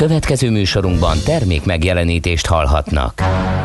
Következő műsorunkban termék megjelenítést hallhatnak.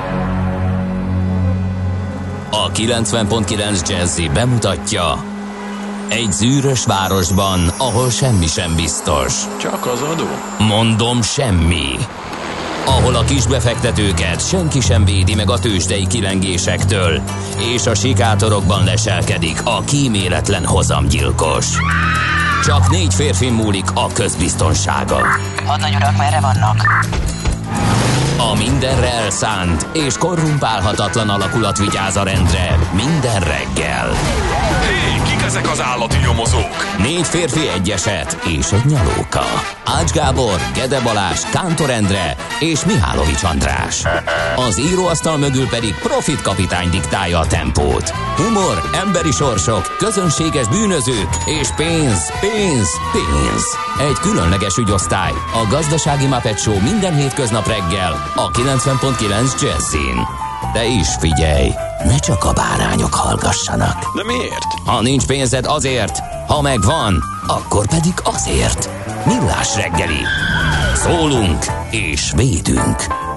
A 90.9 Jazzy bemutatja: egy zűrös városban, ahol semmi sem biztos. Csak az adó? Mondom, semmi. Ahol a kisbefektetőket senki sem védi meg a tőzsdei kilengésektől, és a sikátorokban leselkedik a kíméletlen hozamgyilkos. Csak 4 férfin múlik a közbiztonsága. Hadnagy urak, merre vannak? A mindenre elszánt és korrumpálhatatlan alakulat vigyáz a rendre minden reggel. Hé, kik ezek az állati nyomozók? 4 férfi, egy eset és egy nyalóka. Ács Gábor, Gede Balázs, Kántor Endre és Mihálovics András. Az íróasztal mögül pedig Profit kapitány diktálja a tempót. Humor, emberi sorsok, közönséges bűnözők és pénz, pénz, pénz. Egy különleges ügyosztály, a Gazdasági Muppet Show minden hétköznap reggel a 90.9 Jazzin. De is figyelj, ne csak a bárányok hallgassanak. De miért? Ha nincs pénzed, azért, ha megvan, akkor pedig azért. Millás reggeli. Szólunk és védünk.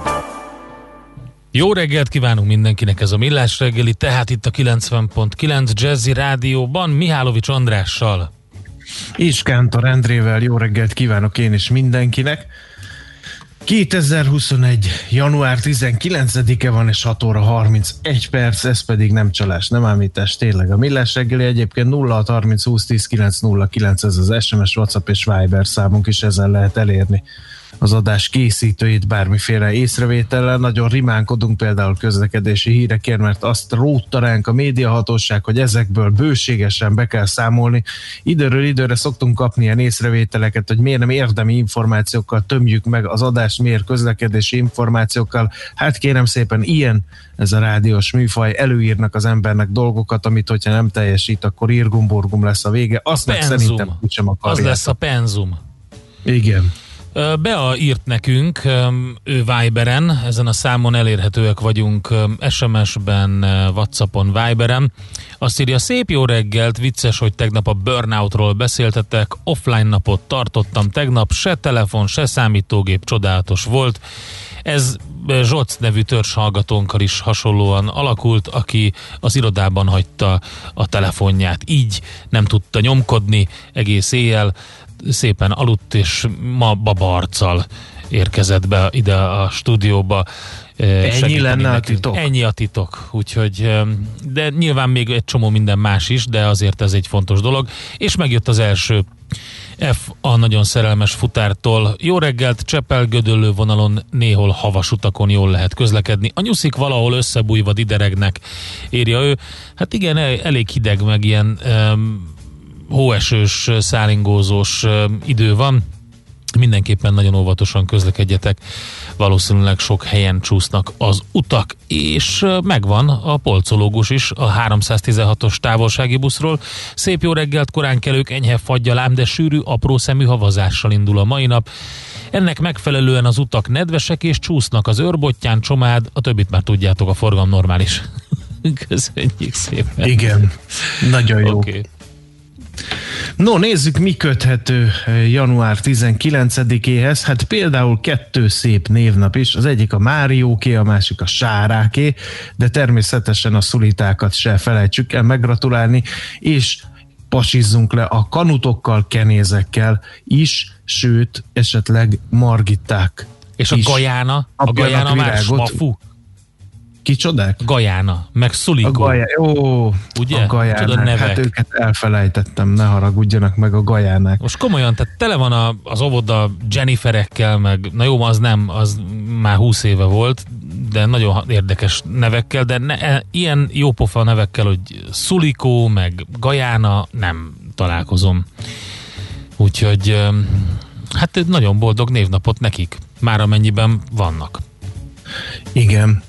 Jó reggelt kívánunk mindenkinek, ez a Millás reggeli, tehát itt a 90.9 Jazzy Rádióban Mihálovics Andrással. És Kántor Endrével jó reggelt kívánok én is mindenkinek. 2021. január 19-e van, és 6 óra 31 perc, ez pedig nem csalás, nem ámítás, tényleg a Millás reggeli. Egyébként 0630 20 10 909, ez az SMS, WhatsApp és Viber számunk is, ezen lehet elérni az adás készítőit bármiféle észrevétellel. Nagyon rimánkodunk például közlekedési hírekért, mert azt rótta ránk a médiahatóság, hogy ezekből bőségesen be kell számolni. Időről időre szoktunk kapni ilyen észrevételeket, hogy miért nem érdemi információkkal tömjük meg az adást, miért közlekedési információkkal. Hát kérem szépen, ilyen ez a rádiós műfaj, előírnak az embernek dolgokat, amit hogyha nem teljesít, akkor irgumburgum lesz a vége. Azt meg szerintem úgysem akarják. Az lesz a penzum. Igen. Bea írt nekünk, ő Viberen, ezen a számon elérhetőek vagyunk SMS-ben, WhatsAppon, Viberen. Azt írja: szép jó reggelt, vicces, hogy tegnap a burnoutról beszéltetek, offline napot tartottam tegnap, se telefon, se számítógép, csodálatos volt. Ez Zsoc nevű törzshallgatónkkal is hasonlóan alakult, aki az irodában hagyta a telefonját, így nem tudta nyomkodni egész éjjel, szépen aludt, és ma babaarccal érkezett be ide a stúdióba. Ennyi lenne a titok? Ennyi a titok, úgyhogy, de nyilván még egy csomó minden más is, de azért ez egy fontos dolog. És megjött az első F a nagyon szerelmes futártól. Jó reggelt, Csepel-Gödöllő vonalon néhol havas utakon jól lehet közlekedni. A nyuszik valahol összebújva dideregnek, írja ő. Hát igen, elég hideg, meg ilyen hóesős, szálingózós idő van. Mindenképpen nagyon óvatosan közlekedjetek. Valószínűleg sok helyen csúsznak az utak, és megvan a polcológus is a 316-os távolsági buszról. Szép jó reggelt, koránkelők, enyhe faggyal ám, de sűrű, apró szemű havazással indul a mai nap. Ennek megfelelően az utak nedvesek és csúsznak az Őrbottyán, Csomád, a többit már tudjátok, a forgalom normális. Köszönjük szépen. Igen, nagyon jó. Okay. No, nézzük, mi köthető január 19-éhez. Hát például 2 szép névnap is. Az egyik a Márióké, a másik a Sáráké, de természetesen a szulitákat se felejtsük el meggratulálni, és pasizzunk le a kanutokkal, kenézekkel is, sőt, esetleg Margitták. És a Gajána? A Gajána már smafu? Kicsodák? Gajána, meg Szulikó. Ugye? A Gajánák. Hát őket elfelejtettem, ne haragudjanak meg a Gajánák. Most komolyan, tehát tele van az óvoda Jenniferekkel, meg na jó, az nem, az már 20 éve volt, de nagyon érdekes nevekkel, de ilyen jópofa nevekkel, hogy Szulikó, meg Gajána, nem találkozom. Úgyhogy hát nagyon boldog névnapot nekik, már amennyiben vannak. Igen.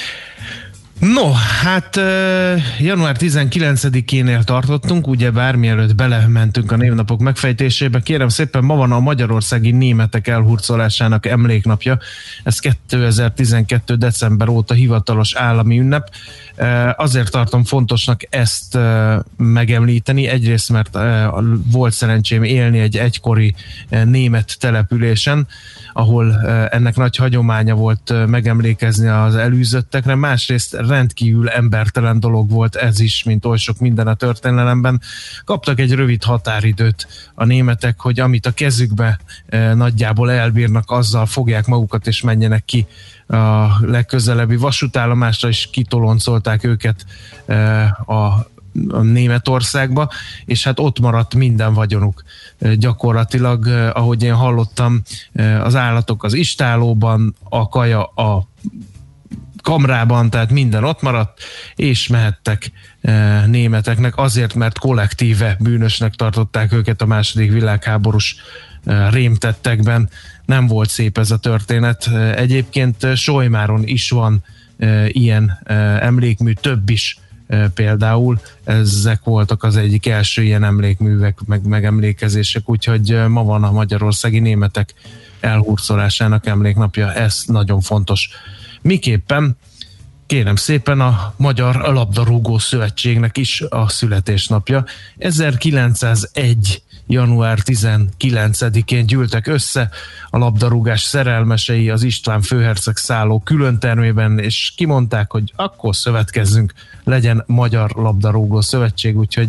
No, hát január 19-énél tartottunk, ugye bármielőtt belementünk a névnapok megfejtésébe. Kérem szépen, ma van a magyarországi németek elhurcolásának emléknapja. Ez 2012. december óta hivatalos állami ünnep. Azért tartom fontosnak ezt megemlíteni, egyrészt mert volt szerencsém élni egy egykori német településen, ahol ennek nagy hagyománya volt megemlékezni az elűzöttekre, másrészt rendkívül embertelen dolog volt ez is, mint oly sok minden a történelemben. Kaptak egy rövid határidőt a németek, hogy amit a kezükbe nagyjából elbírnak, azzal fogják magukat és menjenek ki a legközelebbi vasútállomásra, és kitoloncolták őket a Németországba, és hát ott maradt minden vagyonuk. Gyakorlatilag, ahogy én hallottam, az állatok az istállóban, a kaja a kamrában, tehát minden ott maradt, és mehettek németeknek azért, mert kollektíve bűnösnek tartották őket a II. Világháborús rémtettekben. Nem volt szép ez a történet. Egyébként Solymáron is van ilyen emlékmű, több is például. Ezek voltak az egyik első ilyen emlékművek, megemlékezések, úgyhogy ma van a magyarországi németek elhurcolásának emléknapja. Ez nagyon fontos. Miképpen? Kérem szépen, a Magyar Labdarúgó Szövetségnek is a születésnapja. 1901. január 19-én gyűltek össze a labdarúgás szerelmesei az István főherceg szálló különtermében, és kimondták, hogy akkor szövetkezzünk, legyen Magyar Labdarúgó Szövetség, úgyhogy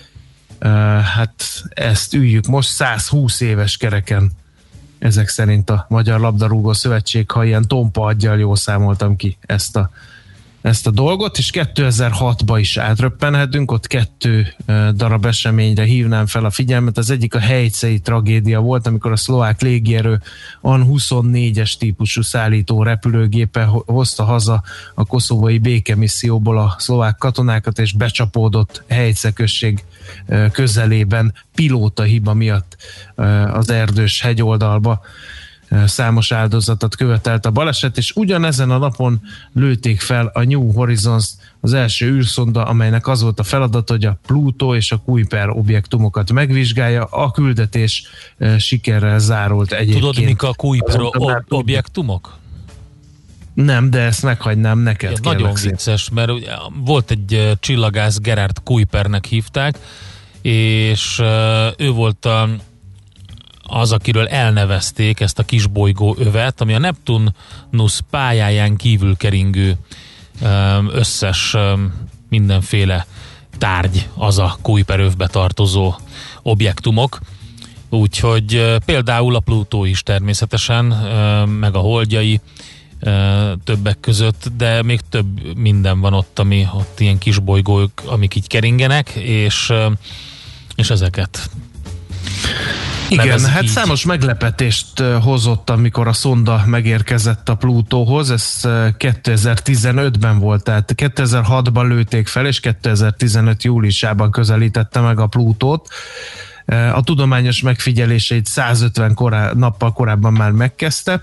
hát ezt üljük most 120 éves kereken. Ezek szerint a Magyar Labdarúgó Szövetség, ha ilyen tompa aggyal jól számoltam ki ezt a dolgot, és 2006-ba is átröppenhetünk, ott 2 darab eseményre hívnám fel a figyelmet. Az egyik a helycei tragédia volt, amikor a szlovák légierő AN-24-es típusú szállító repülőgépe hozta haza a koszovói békemisszióból a szlovák katonákat, és becsapódott Helyce község közelében pilóta hiba miatt az erdős hegyoldalba. Számos áldozatot követelt a baleset, és ugyanezen a napon lőtték fel a New Horizons, az első űrszonda, amelynek az volt a feladat, hogy a Pluto és a Kuiper objektumokat megvizsgálja. A küldetés sikerrel zárult egyébként. Tudod, mik a Kuiper objektumok? Nem, de ezt meghagynám neked. Ja, nagyon vicces, mert volt egy csillagász, Gerard Kuipernek hívták, és ő volt az, akiről elnevezték ezt a kisbolygó övet, ami a Neptunus pályáján kívül keringő összes mindenféle tárgy, az a Kuiper övbe tartozó objektumok. Úgyhogy például a Plutó is természetesen, meg a holdjai többek között, de még több minden van ott, ami ott ilyen kisbolygók, amik így keringenek, és ezeket igen, hát így. Számos meglepetést hozott, amikor a szonda megérkezett a Plutóhoz, ez 2015-ben volt, tehát 2006-ban lőtték fel, és 2015 júliusában közelítette meg a Plutót. A tudományos megfigyeléseit 150 nappal korábban már megkezdte.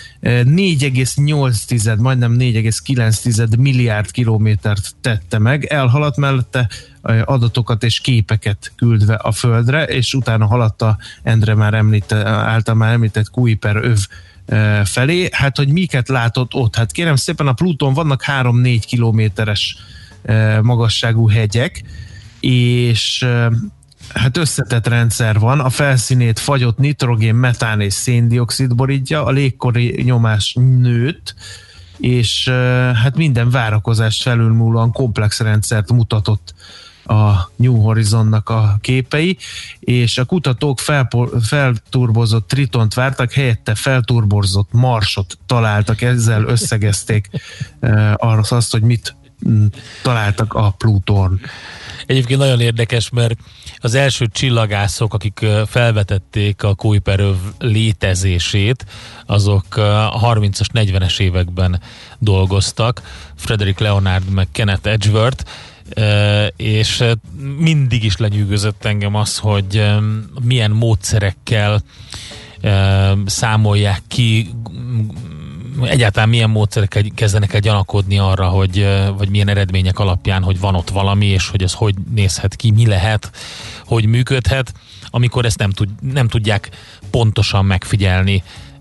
4,8, majdnem 4,9 milliárd kilométert tette meg, elhaladt mellette adatokat és képeket küldve a Földre, és utána haladt a Endre által már említett Kuiper öv felé. Hát, hogy miket látott ott? Hát kérem szépen, a Plutón vannak 3-4 kilométeres magasságú hegyek, és hát összetett rendszer van, a felszínét fagyott nitrogén, metán és széndioxid borítja, a légkori nyomás nőtt, és hát minden várakozást felülmúlóan komplex rendszert mutatott a New Horizonnak a képei, és a kutatók felturbozott Tritont vártak, helyette felturbozott Marsot találtak, ezzel összegezték azt, hogy mit találtak a Plutón. Egyébként nagyon érdekes, mert az első csillagászok, akik felvetették a Kuiper öv létezését, azok a 30-as, 40-es években dolgoztak, Frederick Leonard meg Kenneth Edgeworth, és mindig is lenyűgözött engem az, hogy milyen módszerekkel számolják ki, egyáltalán milyen módszerekkel kezdenek el gyanakodni arra, vagy milyen eredmények alapján, hogy van ott valami, és hogy ez hogy nézhet ki, mi lehet, hogy működhet, amikor ezt nem tudják pontosan megfigyelni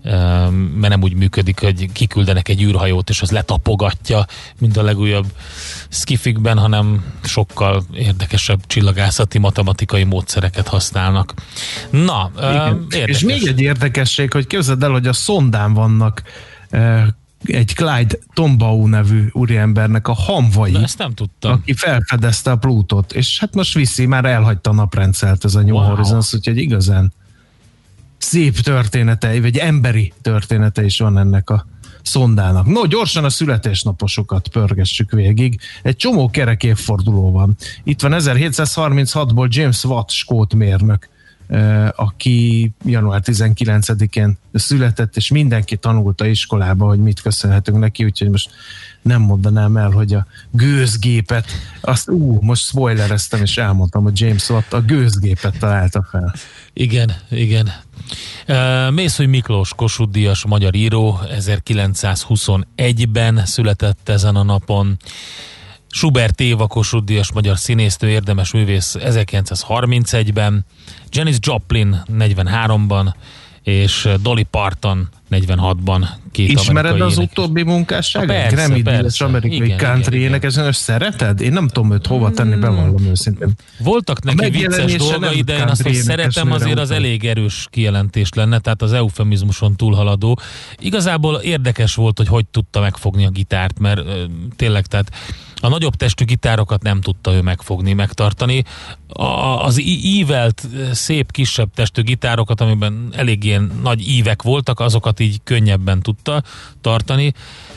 mert nem úgy működik, hogy kiküldenek egy űrhajót, és az letapogatja, mint a legújabb skifikben, hanem sokkal érdekesebb csillagászati matematikai módszereket használnak. Na, és még egy érdekesség, hogy képzeld el, hogy a szondán vannak egy Clyde Tombaugh nevű úriembernek a hamvai, ezt nem tudtam, aki felfedezte a Plutót, és hát most viszi, már elhagyta a naprendszert ez a New Horizons, úgyhogy igazán szép története, vagy emberi története is van ennek a szondának. No, gyorsan a születésnaposokat pörgessük végig. Egy csomó kerek évforduló van. Itt van 1736-ból James Watt skót mérnök, aki január 19-én született, és mindenki tanulta iskolába, hogy mit köszönhetünk neki, úgyhogy most nem mondanám el, hogy a gőzgépet, most spoilereztem, és elmondtam, hogy James Watt a gőzgépet találta fel. Igen. Mészői Miklós Kossuth-díjas magyar író 1921-ben született ezen a napon. Schubert Éva Kossuth-díjas magyar színésznő, érdemes művész 1931-ben, Janis Joplin 43-ban, és Dolly Parton 46-ban. Ismered az utóbbi munkásságát? Grammy-díjas amerikai country énekesnő, szereted? Én nem tudom őt hova tenni, bevallom őszintén. Voltak neki vicces dolgai, de én azt, hogy szeretem, azért az elég erős kijelentés lenne, tehát az eufemizmuson túlhaladó. Igazából érdekes volt, hogy tudta megfogni a gitárt, mert tényleg, tehát a nagyobb testű gitárokat nem tudta ő megfogni, megtartani. Az ívelt, szép, kisebb testű gitárokat, amiben elég ilyen nagy ívek voltak, azokat így könnyebben tudta tartani,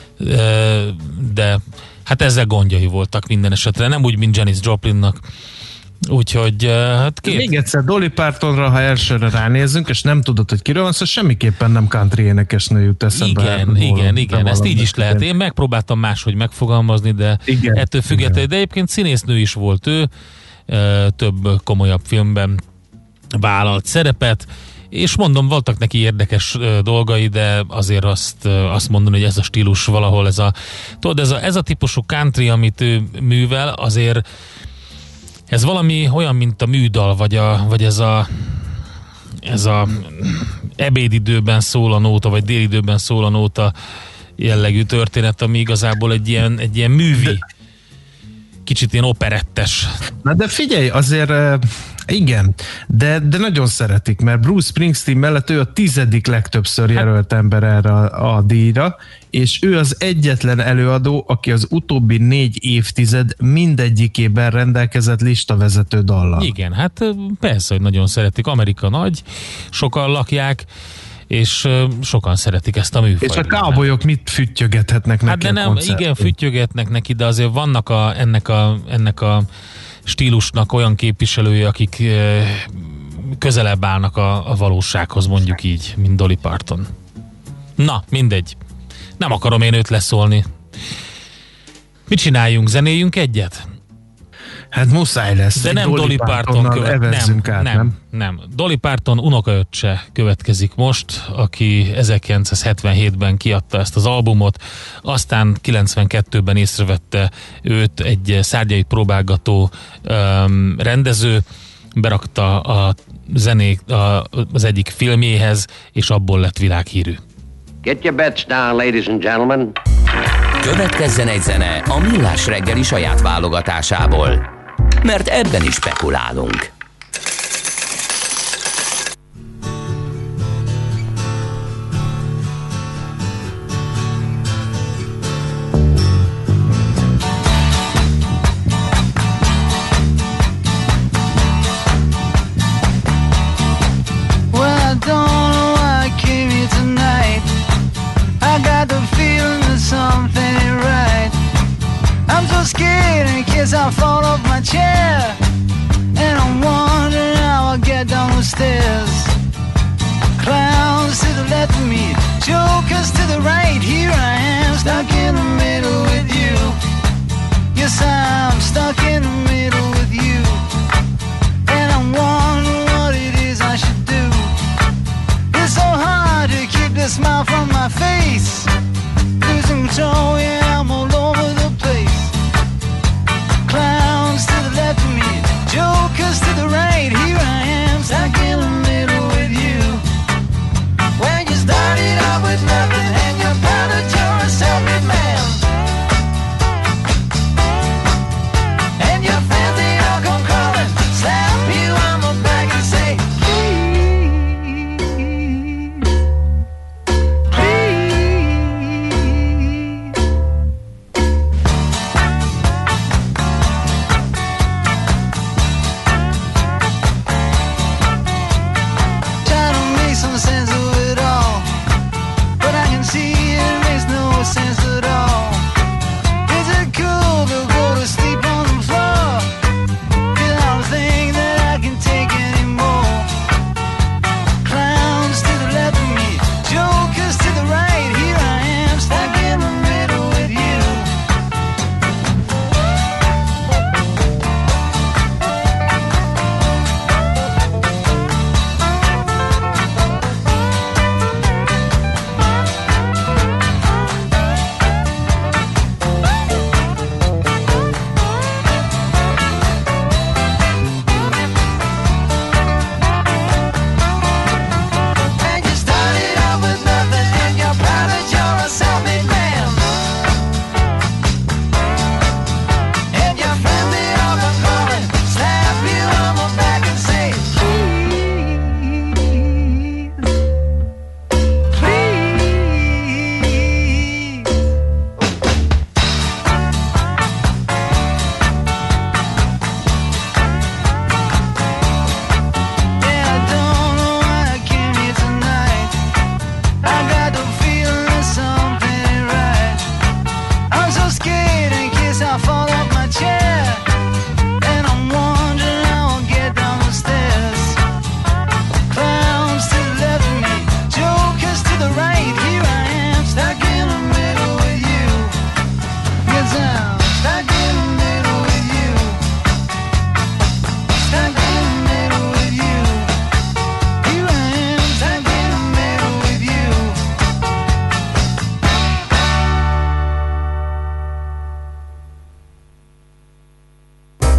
de hát ezzel gondjai voltak minden esetre. Nem úgy, mint Janis Joplinnak. Úgyhogy hát még egyszer Dolly Partonra, ha elsőre ránézzünk, és nem tudod, hogy kiről van, szóval semmiképpen nem country énekesnő jut eszembe. Igen, ezt így is lehet. Én megpróbáltam máshogy megfogalmazni, de ettől függetlenül, de egyébként színésznő is volt ő, több komolyabb filmben vállalt szerepet, és mondom, voltak neki érdekes dolgai, de azért azt mondom, hogy ez a stílus valahol, ez a típusú country, amit ő művel, azért ez valami olyan, mint a műdal, vagy ez a ebédidőben szól a nóta, vagy délidőben szól a nóta jellegű történet, ami igazából egy ilyen művi, kicsit ilyen operettes. Na de figyelj, azért igen, de nagyon szeretik, mert Bruce Springsteen mellett ő a 10. legtöbbször jelölt ember erre a díjra, és ő az egyetlen előadó, aki az utóbbi 4 évtized mindegyikében rendelkezett listavezető dallal. Igen, hát persze, hogy nagyon szeretik. Amerika nagy, sokan lakják, és sokan szeretik ezt a műfajt. És a cowboyok mit füttyögethetnek neki de nem, igen, füttyögetnek neki, de azért vannak ennek a stílusnak olyan képviselői, akik közelebb állnak a valósághoz, mondjuk így, mint Dolly Parton. Na, mindegy. Nem akarom én őt leszólni. Mit csináljunk? Zenéljünk egyet? Hát muszáj lesz. De nem Dolly Parton nem. Dolly Parton unokaöccse következik most, aki 1977-ben kiadta ezt az albumot, aztán 92-ben észrevette őt egy szárnyait próbálgató rendező, berakta a zenét az egyik filmjéhez, és abból lett világhírű. Get your bets down, ladies and gentlemen. Következzen egy zene a Millás reggeli saját válogatásából, mert ebben is spekulálunk. I fall off my chair, and I'm wondering how I get down the stairs. Clowns to the left of me, jokers to the right. Here I am, stuck in the middle with you. Yes, I'm stuck in the middle with you, and I'm wondering what it is I should do. It's so hard to keep the smile from my face. Losing control, yeah, I'm all over the place. Clowns to the left of me, jokers to the right. Here I am, stuck in the middle with you. When you started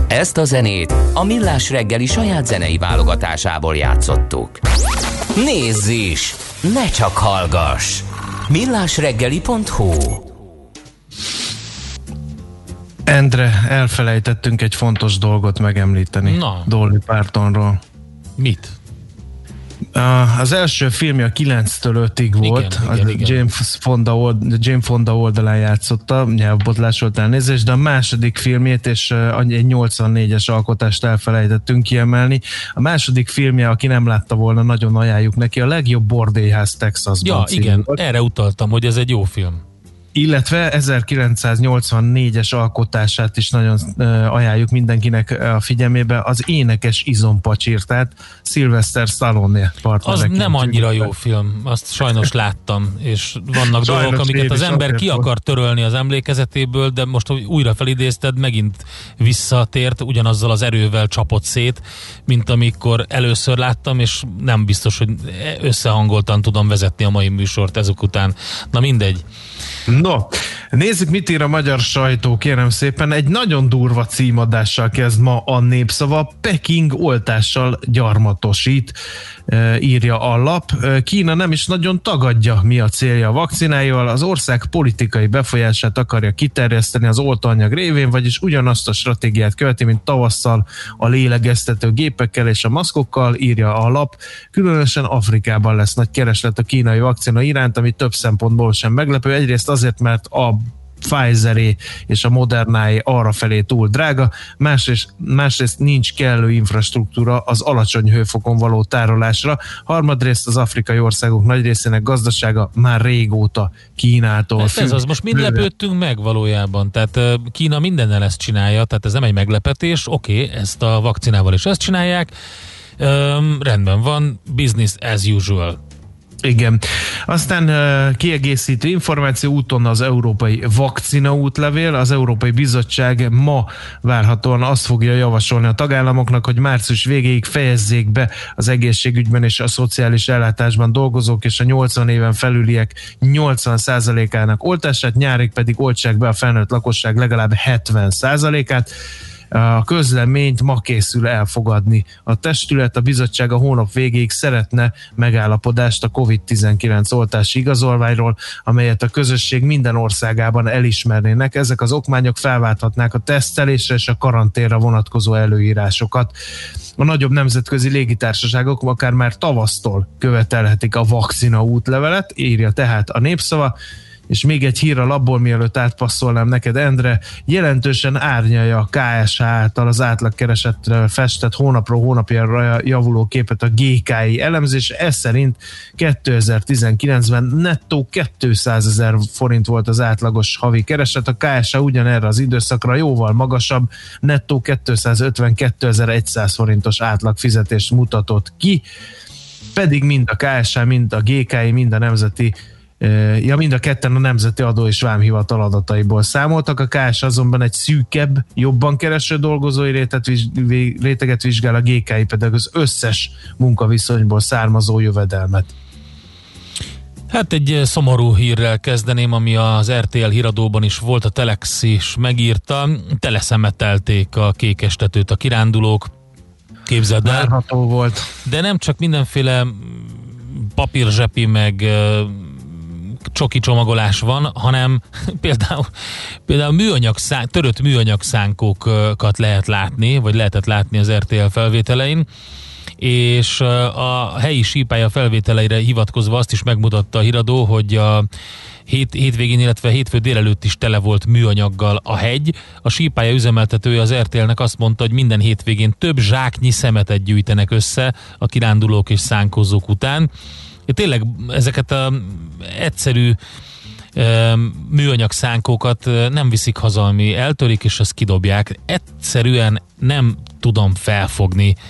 Ezt a zenét a Millás reggeli saját zenei válogatásából játszottuk. Nézz is! Ne csak hallgass! millásreggeli.hu. Endre, elfelejtettünk egy fontos dolgot megemlíteni. Na. Dolly Partonról. Mit? Az első filmje a 9-től 5-ig volt, igen. Jane Fonda oldalán játszotta, nyelvbotlás volt, elnézést, de a második filmjét és egy 84-es alkotást elfelejtettünk kiemelni. A második filmje, aki nem látta volna, nagyon ajánljuk neki, a Legjobb bordélyház Texasban. Ja, igen, erre utaltam, hogy ez egy jó film. Illetve 1984-es alkotását is nagyon ajánljuk mindenkinek a figyelmébe, az Énekes izompacsirtát, Sylvester Stallone partnereként. Az nem annyira jó film, azt sajnos láttam, és vannak dolgok, amiket az ember ki akar törölni az emlékezetéből, de most, hogy újra felidézted, megint visszatért, ugyanazzal az erővel csapott szét, mint amikor először láttam, és nem biztos, hogy összehangoltan tudom vezetni a mai műsort ezek után. Na mindegy. No, nézzük, mit ír a magyar sajtó, kérem szépen. Egy nagyon durva címadással kezd ma a Népszava. Peking oltással gyarmatosít, írja a lap. Kína nem is nagyon tagadja, mi a célja a vakcináival. Az ország politikai befolyását akarja kiterjeszteni az oltóanyag révén, vagyis ugyanazt a stratégiát követi, mint tavasszal a lélegeztető gépekkel és a maszkokkal, írja a lap. Különösen Afrikában lesz nagy kereslet a kínai vakcina iránt, ami több szempontból sem meglepő. Egyrészt azért, mert a Pfizeré és a Modernáé arrafelé túl drága, másrészt nincs kellő infrastruktúra az alacsony hőfokon való tárolásra, harmadrészt az afrikai országok nagy részének gazdasága már régóta Kínától függ. Ez az, most mind lepődtünk meg valójában, tehát Kína mindennel ezt csinálja, tehát ez nem egy meglepetés, oké, ezt a vakcinával is ezt csinálják, rendben van, business as usual. Igen. Aztán kiegészítő információ, úton az európai vakcina útlevél. Az Európai Bizottság ma várhatóan azt fogja javasolni a tagállamoknak, hogy március végéig fejezzék be az egészségügyben és a szociális ellátásban dolgozók és a 80 éven felüliek 80%-ának oltását, nyárig pedig oltsák be a felnőtt lakosság legalább 70%-át. A közleményt ma készül elfogadni a testület. A bizottság a hónap végéig szeretne megállapodást a COVID-19 oltási igazolványról, amelyet a közösség minden országában elismernének. Ezek az okmányok felválthatnák a tesztelésre és a karanténra vonatkozó előírásokat. A nagyobb nemzetközi légitársaságok akár már tavasztól követelhetik a vakcina útlevelet, írja tehát a Népszava. És még egy hír a labból, mielőtt átpasszolnám neked, Endre, jelentősen árnyalja a KSH által az átlagkeresetre festett hónapról hónapjára javuló képet a GKI elemzés. Ez szerint 2019-ben nettó 200 000 forint volt az átlagos havi kereset, a KSH ugyanerre az időszakra jóval magasabb, nettó 252 100 forintos átlagfizetést mutatott ki, pedig mind a KSH, mind a GKI, mind a nemzeti mind a ketten a Nemzeti Adó és Vámhivatal adataiból számoltak. A KS azonban egy szűkebb, jobban kereső dolgozói réteget vizsgál, a GKI pedig az összes munkaviszonyból származó jövedelmet. Hát egy szomorú hírrel kezdeném, ami az RTL híradóban is volt, a Telex is megírta, teleszemetelték a Kékestetőt a kirándulók, képzeld el. Várható volt. De nem csak mindenféle papírzsepi meg csoki csomagolás van, hanem például törött műanyag szánkókat lehet látni, vagy lehetett látni az RTL felvételein, és a helyi sípálya felvételeire hivatkozva azt is megmutatta a híradó, hogy a hétvégén, illetve hétfő délelőtt is tele volt műanyaggal a hegy. A sípálya üzemeltetője az RTL-nek azt mondta, hogy minden hétvégén több zsáknyi szemetet gyűjtenek össze a kirándulók és szánkózók után. Tényleg ezeket az egyszerű műanyag szánkókat nem viszik haza, ami eltörik, és azt kidobják. Egyszerűen nem tudom felfogni,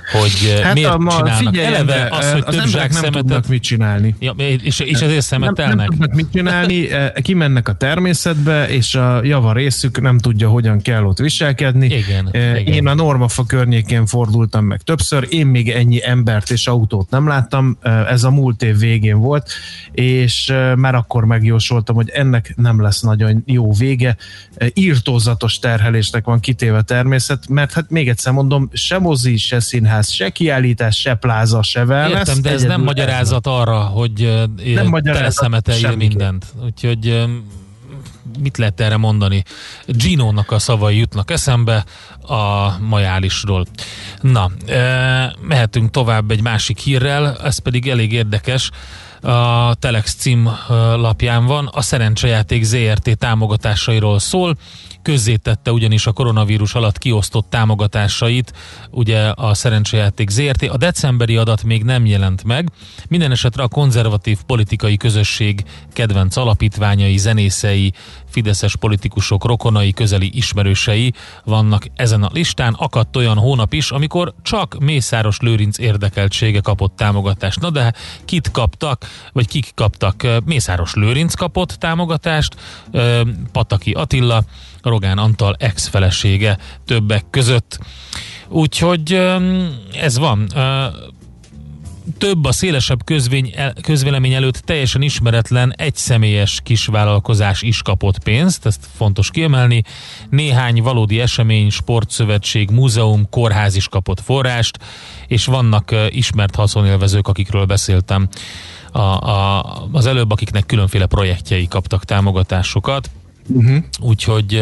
hogy miért csinálnak. Eleve az, hogy több zsák nem tudnak mit csinálni. Ja, és ezért szemetelnek? Nem tudnak mit csinálni, kimennek a természetbe, és a java részük nem tudja, hogyan kell ott viselkedni. Igen. Én a Normafa környékén fordultam meg többször, én még ennyi embert és autót nem láttam, ez a múlt év végén volt, és már akkor megjósoltam, hogy ennek nem lesz nagyon jó vége. Irtózatos terhelésnek van kitéve a természet, mert hát még egyszer mondom, se mozi, se színház, se kiállítás, se pláza, se wellness. Értem, de ez nem magyarázat arra, hogy teleszemeteljél mindent. Úgyhogy mit lehet erre mondani? Gino-nak a szavai jutnak eszembe a majálisról. Na, mehetünk tovább egy másik hírrel, ez pedig elég érdekes. A Telex címlapján van, a Szerencsejáték ZRT támogatásairól szól, közzétette ugyanis a koronavírus alatt kiosztott támogatásait, ugye a Szerencsejáték ZRT. A decemberi adat még nem jelent meg, minden esetre a konzervatív politikai közösség kedvenc alapítványai, zenészei, fideszes politikusok, rokonai, közeli ismerősei vannak ezen a listán. Akadt olyan hónap is, amikor csak Mészáros Lőrinc érdekeltsége kapott támogatást. Na de kik kaptak? Mészáros Lőrinc kapott támogatást, Pataki Attila, Rogán Antal ex-felesége többek között. Úgyhogy ez van. Több a szélesebb közvélemény előtt teljesen ismeretlen egyszemélyes kisvállalkozás is kapott pénzt, ezt fontos kiemelni. Néhány valódi esemény, sportszövetség, múzeum, kórház is kapott forrást, és vannak ismert haszonélvezők, akikről beszéltem az előbb, akiknek különféle projektjei kaptak támogatásokat. Úgyhogy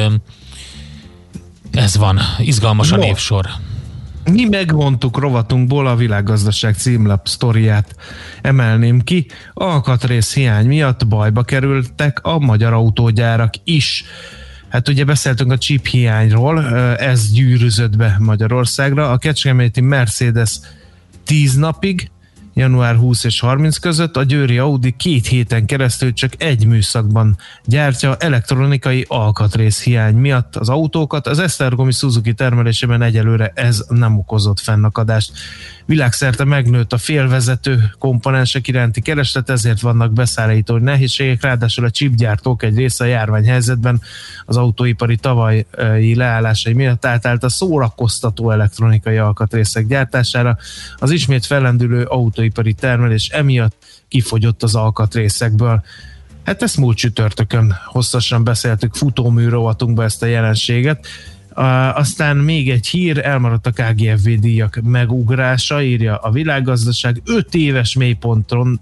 ez van, izgalmas a névsor. Mi megvontuk rovatunkból a világgazdaság címlap sztoriát emelném ki. Alkatrész hiány miatt bajba kerültek a magyar autógyárak is. Hát ugye beszéltünk a chip hiányról, ez gyűrűzött be Magyarországra. A kecskeméti Mercedes 10 napig, január 20 és 30 között, a győri Audi 2 héten keresztül csak egy műszakban gyártja elektronikai alkatrész hiány miatt az autókat. Az esztergomi Suzuki termelésében egyelőre ez nem okozott fennakadást. Világszerte megnőtt a félvezető komponensek iránti kereslet, ezért vannak beszállító nehézségek, ráadásul a chipgyártók egy része a járványhelyzetben az autóipari tavalyi leállásai miatt átállt a szórakoztató elektronikai alkatrészek gyártására. Az ismét fellendülő autóipari termelés emiatt kifogyott az alkatrészekből. Hát ezt múlt csütörtökön hosszasan beszéltük futómű rovatunkba ezt a jelenséget. Aztán még egy hír, elmaradt a KGFV díjak megugrása, írja a Világgazdaság. 5 éves mélyponton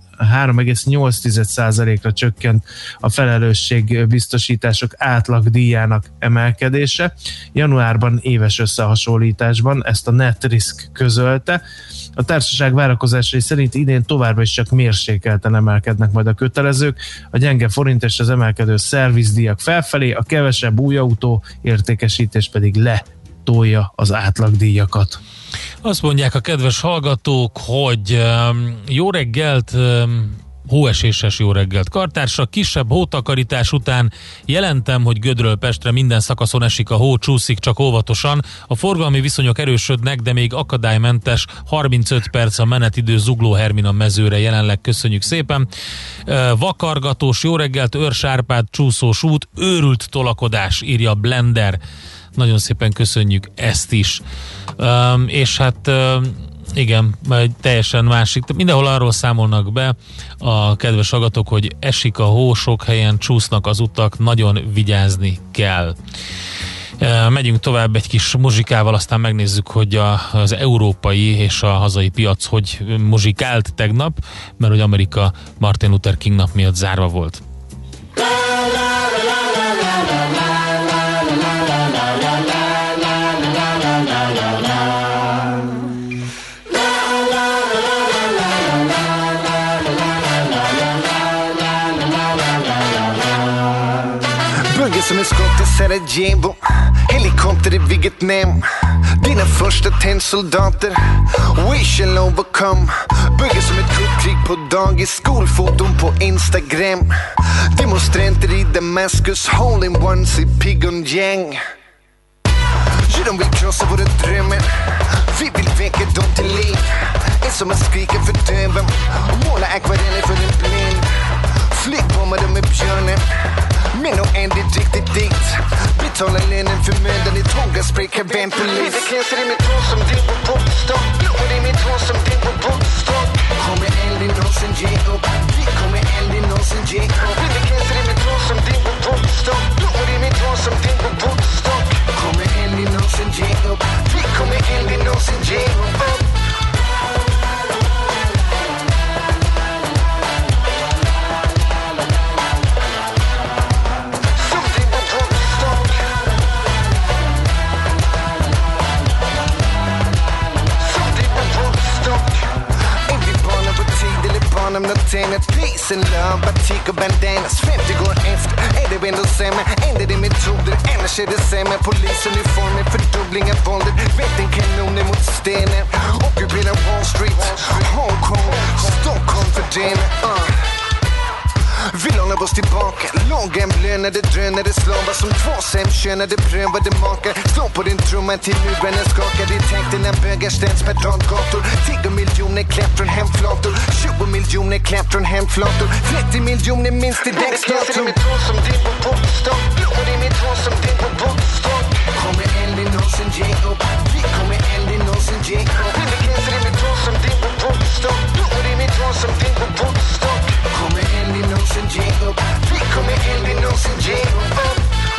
3,8%-ra csökkent a felelősségbiztosítások átlagdíjának emelkedése. Januárban éves összehasonlításban ezt a NetRisk közölte. A társaság várakozásai szerint idén továbbra is csak mérsékelten emelkednek majd a kötelezők, a gyenge forint és az emelkedő szervizdíjak felfelé, a kevesebb új autó értékesítés pedig letolja az átlagdíjakat. Azt mondják a kedves hallgatók, hogy jó reggelt, hóeséses jó reggelt kartársak, kisebb hótakarítás után jelentem, hogy Gödről Pestre minden szakaszon esik a hó, csúszik, csak óvatosan. A forgalmi viszonyok erősödnek, de még akadálymentes, 35 perc a menetidő Zugló Hermina mezőre jelenleg, köszönjük szépen. Vakargatós jó reggelt, Őrs-Árpád csúszós út, őrült tolakodás, írja Blender. Nagyon szépen köszönjük ezt is. És hát igen, teljesen másik. Mindenhol arról számolnak be a kedves hallgatók, hogy esik a hó, sok helyen csúsznak az utak, nagyon vigyázni kell. Megyünk tovább egy kis muzsikával, aztán megnézzük, hogy az európai és a hazai piac hogy muzsikált tegnap, mert hogy Amerika Martin Luther King nap miatt zárva volt. Som en skott i Sarajevo, helikopter i Vietnam. Dina första tennsoldater, we shall overcome. Bygger som ett kuppkrig på dagis, skolfoton på Instagram. Demonstranter i Damaskus, hole in ones i Pyongyang. de vill krossa våra drömmar. Vi vill väcka dem till liv. En som att skrika för döven och måla akvareller för en blind. Flygbombar dem med björnen. Men om en det riktigt dit. Betala lönen för mödan i tånga sprayka vänpolis. Vi knäser i mitt hår som din på bokstock. Blommor i mitt hår som din på bokstock. Kommer aldrig någonsin ge upp. Vi kommer aldrig någonsin ge upp. Vi knäser i mitt hår som din på bokstock. Blommor i mitt hår som din på bokstock. Kommer aldrig någonsin ge upp. Vi kommer aldrig någonsin ge upp. Om något annat, peace and love, batik och bandanas. 50 går efter, är det ändå sämre? Ändrar det metoder, annars är det sämre. Polisuniformer, fördubbling av våldet. Vätten kanoner mot stenen. Ockupera Wall Street, Hongkong, Stockholm för den. Vi lånar oss tillbaka. Lågämblönade drönare slavar som två sämkönade prövade makar. Slå på din trumma till murbrännen skakar. I takterna bögar ställs per radgator. 10 miljoner kläpp från hemflator. 20 miljoner kläpp från hemflator. 30 miljoner minst i dagsdator. I mitt hår som din på bokstock. Blommor i mitt hår som din på bokstock. Kommer aldrig någonsin ge upp. Vi kommer aldrig någonsin ge upp. Vinterkläser i mitt hår som din på bokstock. Blommor i mitt hår som din på bokstock. Kommer aldrig någonsin ge upp. Vi kommer aldrig någonsin ge upp.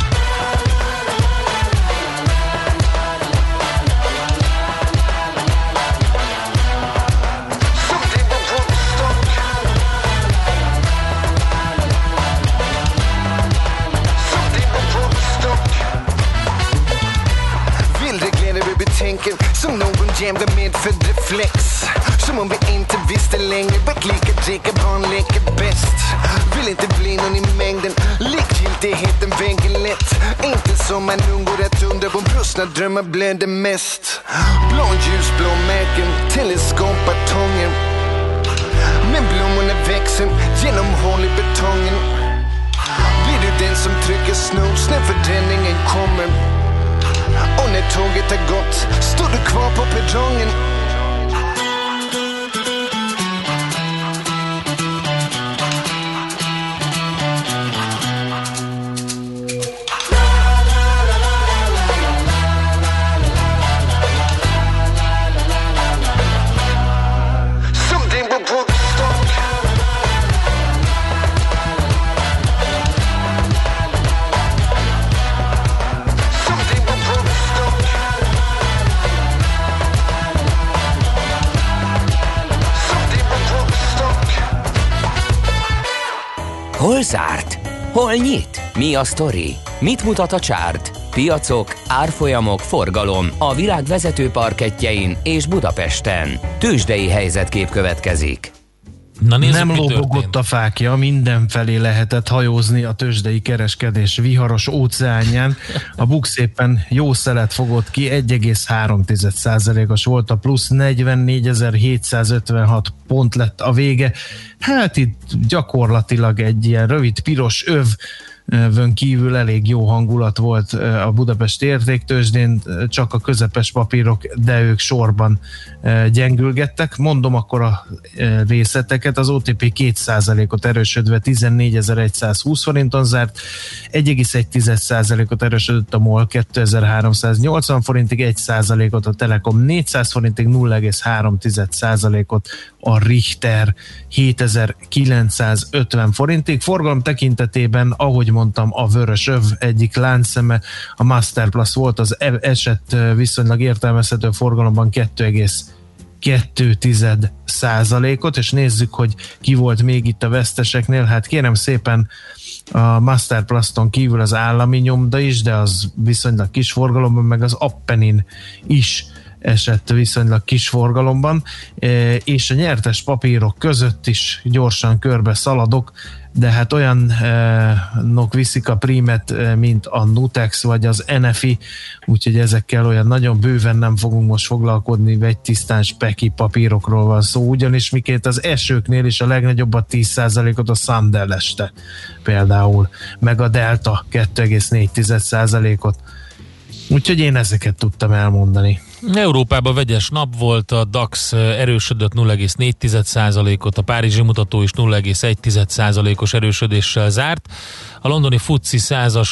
Som någon jävla medfödd reflex. Som om vi inte visste längre. Vart lika dricka barn leker bäst. Vill inte bli någon i mängden. Likgiltigheten väger lätt. Inte som man undgår att undra. På brustna drömmar blöder mest. Blå ljusblå märken. Teleskopbatonger. Men blommorna växer genom hål i betongen. Blir du den som trycker snooze när förändringen kommer? Och när tåget har gått står du kvar på perrongen. Hol zárt? Hol nyit? Mi a sztori? Mit mutat a csárt? Piacok, árfolyamok, forgalom a világ vezető parkettjein és Budapesten. Tőzsdei helyzetkép következik. Na nézzük, nem lobogott a fákja, mindenfelé lehetett hajózni a tőzsdei kereskedés viharos óceánján. A BUX éppen jó szelet fogott ki, 1,3%-os volt a plusz, 44.756 pont lett a vége. Hát itt gyakorlatilag egy ilyen rövid piros övön kívül elég jó hangulat volt a budapesti értéktőzsdén, csak a közepes papírok, de ők sorban gyengülgettek. Mondom akkor a részleteket, az OTP 2%-ot erősödve 14.120 forinton zárt, 1,1%-ot erősödött a MOL 2380 forintig, 1%-ot a Telekom 400 forintig, 0,3%-ot a Richter 7950 forintig. Forgalom tekintetében, ahogy mondtam, a vörös öv egyik láncszeme, a Masterplus volt, az esett viszonylag értelmezhető forgalomban 2,2%-ot, és nézzük, hogy ki volt még itt a veszteseknél. Hát kérem szépen, a Masterpluston kívül az állami nyomda is, de az viszonylag kis forgalomban, meg az Appenin is esett viszonylag kis forgalomban, és a nyertes papírok között is gyorsan körbe szaladok, de hát olyanok viszik a prímet, mint a Nutex vagy az NFI, úgyhogy ezekkel olyan nagyon bőven nem fogunk most foglalkozni, vegytisztán speki papírokról van szó, ugyanis miként az esőknél is a legnagyobbat 10%-ot a Sunderland este például, meg a Delta 2,4%-ot. Úgyhogy én ezeket tudtam elmondani. Európában vegyes nap volt, a DAX erősödött 0,4%-ot, a párizsi mutató is 0,1%-os erősödéssel zárt, a londoni FTSE 100-as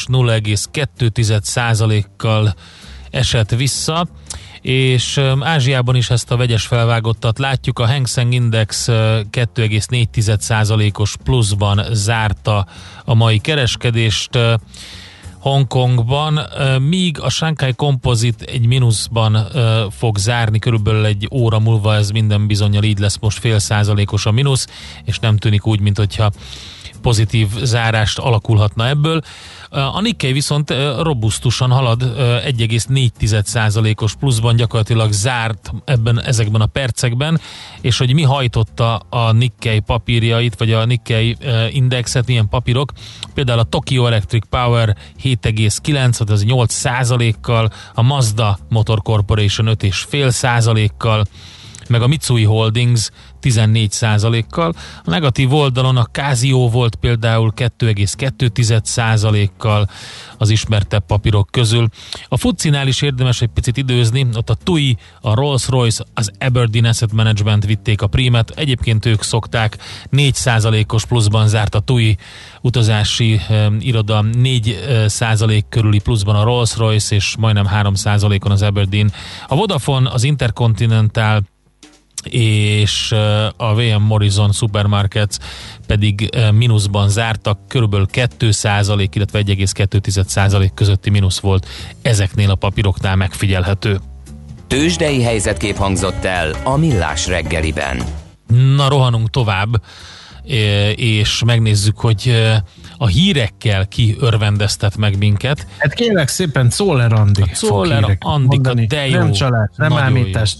0,2%-kal esett vissza, és Ázsiában is ezt a vegyes felvágottat látjuk. A Hang Seng Index 2,4%-os pluszban zárta a mai kereskedést Hongkongban, míg a Shanghai Composite egy mínuszban fog zárni, körülbelül egy óra múlva ez minden bizonnyal így lesz, most 0,5%-os a mínusz, és nem tűnik úgy, mint hogyha pozitív zárást alakulhatna ebből. A Nikkei viszont robusztusan halad, 1,4%-os pluszban gyakorlatilag zárt ezekben a percekben, és hogy mi hajtotta a Nikkei papírjait, vagy a Nikkei indexet, milyen papírok, például a Tokyo Electric Power 7,9, az 8%-kal, a Mazda Motor Corporation 5,5%-kal, meg a Mitsui Holdings 14%-kal. A negatív oldalon a Casio volt például 2,2%-kal az ismertebb papírok közül. A FTSE-nál is érdemes egy picit időzni, ott a TUI, a Rolls-Royce, az Aberdeen Asset Management vitték a prímet, egyébként ők szokták, 4%-os pluszban zárt a TUI utazási iroda, 4% körüli pluszban a Rolls-Royce, és majdnem 3%-on az Aberdeen. A Vodafone, az Intercontinental és a VM Morrison Supermarkets pedig mínuszban zártak, körülbelül 2%, illetve 1,2% közötti mínusz volt ezeknél a papíroknál megfigyelhető. Tőzsdei helyzetkép hangzott el a Millás reggeliben. Na, rohanunk tovább, és megnézzük, hogy a hírekkel ki örvendeztet meg minket. Hát kérlek szépen, Czoller Andi. Czoller Andika, de jó. Nem csalás, nem ámítás.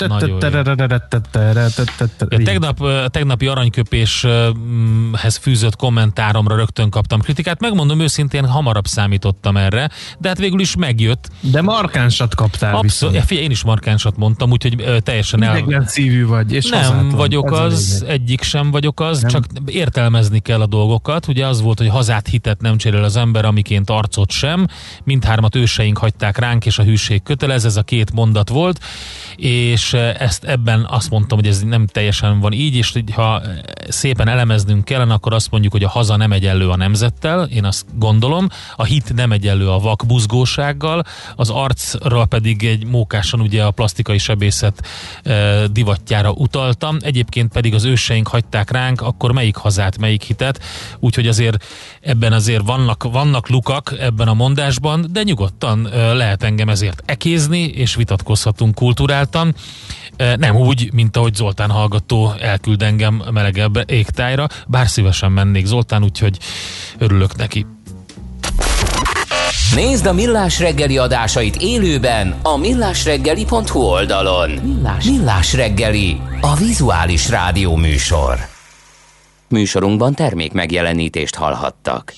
Tegnapi aranyköpéshez fűzött kommentáromra rögtön kaptam kritikát. Megmondom őszintén, hamarabb számítottam erre, de hát végül is megjött. De markánsat kaptál viszont. Figyelj, én is markánsat mondtam, úgyhogy teljesen idegen szívű vagy, és nem vagyok az, egyik sem vagyok az, nem. Csak értelmezni kell a dolgokat. Ugye az volt, hogy hazát hitet nem cserél az ember, amiként arcot sem. Mindhármat őseink hagyták ránk, és a hűség kötelez, ez a két mondat volt, és ezt ebben azt mondtam, hogy ez nem teljesen van így, és ha szépen elemeznünk kellene, akkor azt mondjuk, hogy a haza nem egyenlő a nemzettel, én azt gondolom, a hit nem egyenlő a vakbuzgósággal, az arcra pedig egy mókásan ugye a plastikai sebészet divatjára utaltam, egyébként pedig az őseink hagyták ránk, akkor melyik hazát, melyik hitet, úgyhogy azért ebben azért vannak lukak ebben a mondásban, de nyugodtan lehet engem ezért ekézni, és vitatkozhatunk kulturáltan. Nem úgy, mint ahogy Zoltán hallgató elküld engem melegebb égtájra, bár szívesen mennék Zoltán, úgyhogy örülök neki. Nézd a Millás reggeli adásait élőben a millásreggeli.hu oldalon. Millás reggeli, a vizuális rádió műsor. Műsorunkban termék megjelenítést hallhattak.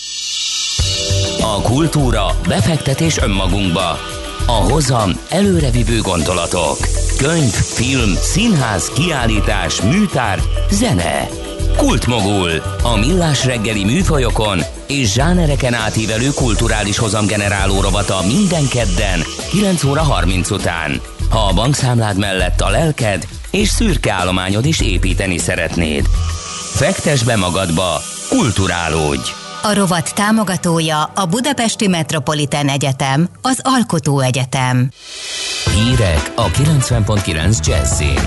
A kultúra, befektetés önmagunkba. A hozam, előrevívő gondolatok. Könyv, film, színház, kiállítás, műtárgy, zene. Kultmogul. A Millás reggeli műfajokon és zsánereken átívelő kulturális hozamgeneráló rovata minden kedden 9 óra 30 után. Ha a bankszámlád mellett a lelked és szürke állományod is építeni szeretnéd. Fektess be magadba, kulturálódj! A rovat támogatója a Budapesti Metropolitán Egyetem, az Alkotó Egyetem. Hírek a 90.9 Jazzin.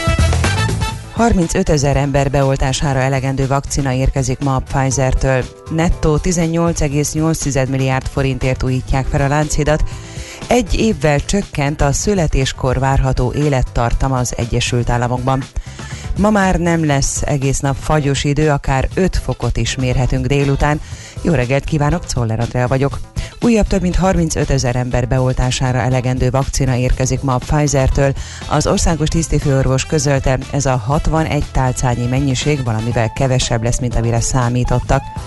35 000 ember beoltására elegendő vakcina érkezik ma a Pfizer-től. Nettó 18,8 milliárd forintért újítják fel a Lánchidat. Egy évvel csökkent a születéskor várható élettartam az Egyesült Államokban. Ma már nem lesz egész nap fagyos idő, akár 5 fokot is mérhetünk délután. Jó reggelt kívánok, Czoller Andrea vagyok. Újabb több mint 35 000 ember beoltására elegendő vakcina érkezik ma a Pfizer-től. Az országos tisztifőorvos közölte, ez a 61 tálcányi mennyiség valamivel kevesebb lesz, mint amire számítottak.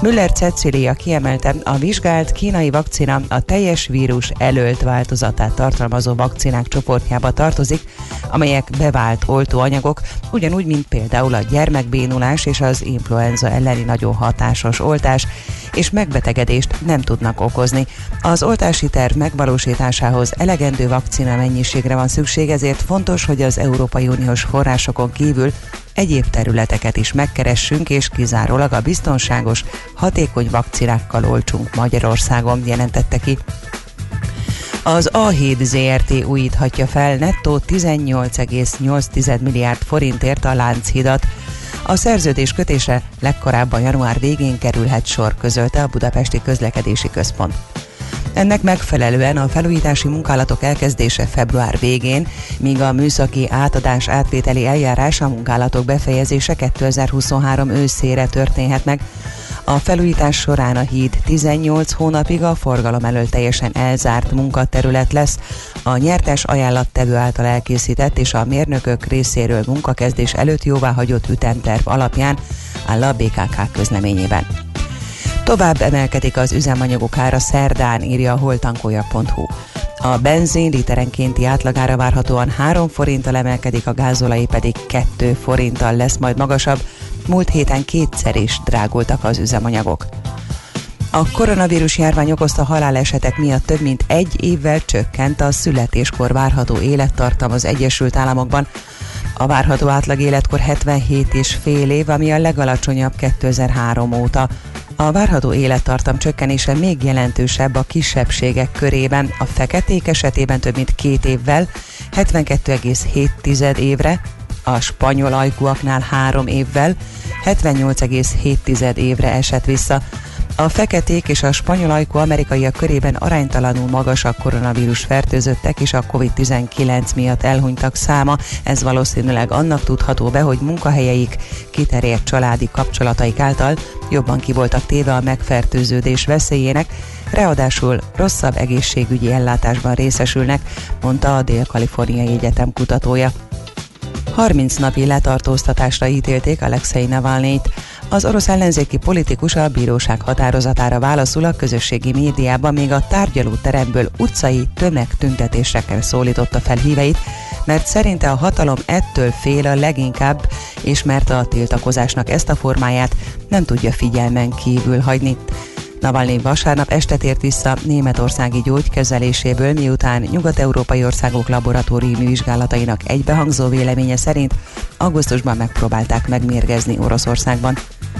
Müller Cecília kiemelte, a vizsgált kínai vakcina a teljes vírus elölt változatát tartalmazó vakcinák csoportjába tartozik, amelyek bevált oltóanyagok, ugyanúgy, mint például a gyermekbénulás és az influenza elleni nagyon hatásos oltás, és megbetegedést nem tudnak okozni. Az oltási terv megvalósításához elegendő vakcina mennyiségre van szükség, ezért fontos, hogy az Európai Uniós forrásokon kívül egyéb területeket is megkeressünk, és kizárólag a biztonságos, hatékony vakcinákkal oltsunk Magyarországon, jelentette ki. Az A7 ZRT újíthatja fel nettó 18,8 milliárd forintért a Lánchidat. A szerződés kötése legkorábban január végén kerülhet sor, közölte a Budapesti Közlekedési Központ. Ennek megfelelően a felújítási munkálatok elkezdése február végén, míg a műszaki átadás átvételi eljárás, a munkálatok befejezése 2023 őszére történhet meg. A felújítás során a híd 18 hónapig a forgalom elől teljesen elzárt munkaterület lesz. A nyertes ajánlattevő által elkészített és a mérnökök részéről munkakezdés előtt jóváhagyott ütemterv alapján áll a BKK közleményében. Tovább emelkedik az üzemanyagok ára szerdán, írja a holtankolja.hu. A benzin literenkénti átlagára várhatóan 3 forinttal emelkedik, a gázolaj pedig 2 forinttal lesz majd magasabb. Múlt héten kétszer is drágultak az üzemanyagok. A koronavírus járvány okozta halálesetek miatt több mint 1 évvel csökkent a születéskor várható élettartam az Egyesült Államokban. A várható átlag életkor 77,5 év, ami a legalacsonyabb 2003 óta. A várható élettartam csökkenése még jelentősebb a kisebbségek körében, a feketék esetében több mint 2 évvel, 72,7 évre, a spanyol ajkúaknál 3 évvel, 78,7 évre esett vissza. A feketék és a spanyol ajkú amerikaiak körében aránytalanul magas a koronavírus fertőzöttek és a COVID-19 miatt elhunytak száma. Ez valószínűleg annak tudható be, hogy munkahelyeik, kiterjedt családi kapcsolataik által jobban ki voltak téve a megfertőződés veszélyének, ráadásul rosszabb egészségügyi ellátásban részesülnek, mondta a Dél-Kaliforniai Egyetem kutatója. 30 napi letartóztatásra ítélték Alexei Navalnyit. Az orosz ellenzéki politikus a bíróság határozatára válaszul a közösségi médiában még a tárgyalóteremből utcai tömegtüntetésekre szólította fel híveit, mert szerinte a hatalom ettől fél a leginkább, és mert a tiltakozásnak ezt a formáját nem tudja figyelmen kívül hagyni. Navalnyi vasárnap este tért vissza németországi gyógykezeléséből, miután nyugat-európai országok laboratóriumi vizsgálatainak egybehangzó véleménye szerint augusztusban megpróbálták megmérgezni Oroszországban.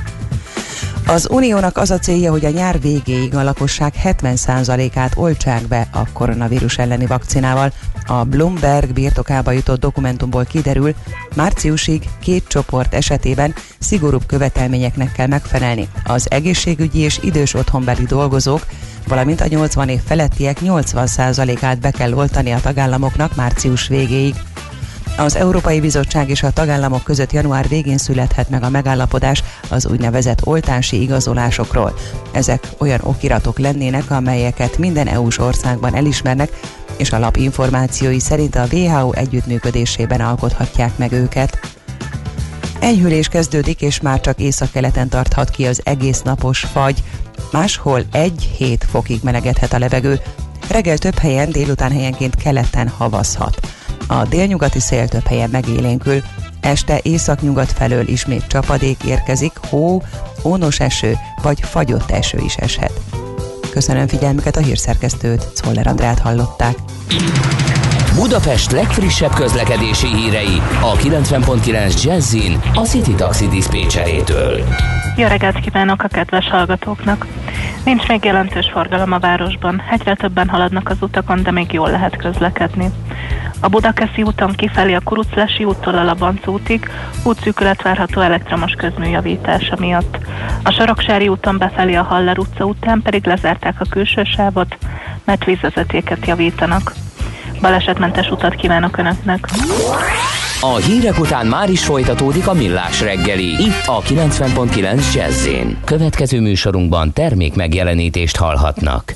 Az Uniónak az a célja, hogy a nyár végéig a lakosság 70%-át oltsák be a koronavírus elleni vakcinával. A Bloomberg birtokába jutott dokumentumból kiderül, márciusig 2 csoport esetében szigorúbb követelményeknek kell megfelelni. Az egészségügyi és idős otthonbeli dolgozók, valamint a 80 év felettiek 80%-át be kell oltani a tagállamoknak március végéig. Az Európai Bizottság és a tagállamok között január végén születhet meg a megállapodás az úgynevezett oltási igazolásokról. Ezek olyan okiratok lennének, amelyeket minden EU-s országban elismernek, és a lap információi szerint a WHO együttműködésében alkothatják meg őket. Enyhülés kezdődik, és már csak északkeleten tarthat ki az egész napos fagy. Máshol 1-7 fokig melegedhet a levegő. Reggel több helyen, délután helyenként keleten havazhat. A délnyugati szél több helyen megélénkül. Este északnyugat felől ismét csapadék érkezik, hó, ónos eső vagy fagyott eső is eshet. Köszönöm figyelmüket, a hírszerkesztőt, Czoller Andrát hallották. Budapest legfrissebb közlekedési hírei a 90.9 Jazzin a City Taxi diszpécsejétől. Jó reggelt kívánok a kedves hallgatóknak! Nincs még jelentős forgalom a városban, egyre többen haladnak az utakon, de még jól lehet közlekedni. A Budakeszi úton kifelé a Kuruczlesi úttól a Labanc útig útszűkület várható elektromos közműjavítása miatt. A Soroksári úton befelé a Haller utca után pedig lezárták a külső sávot, mert vízvezetéket javítanak. Balesetmentes utat kívánok Önöknek! A hírek után már is folytatódik a Millás reggeli, itt a 90.9 Jazz-én. Következő műsorunkban termék megjelenítést hallhatnak.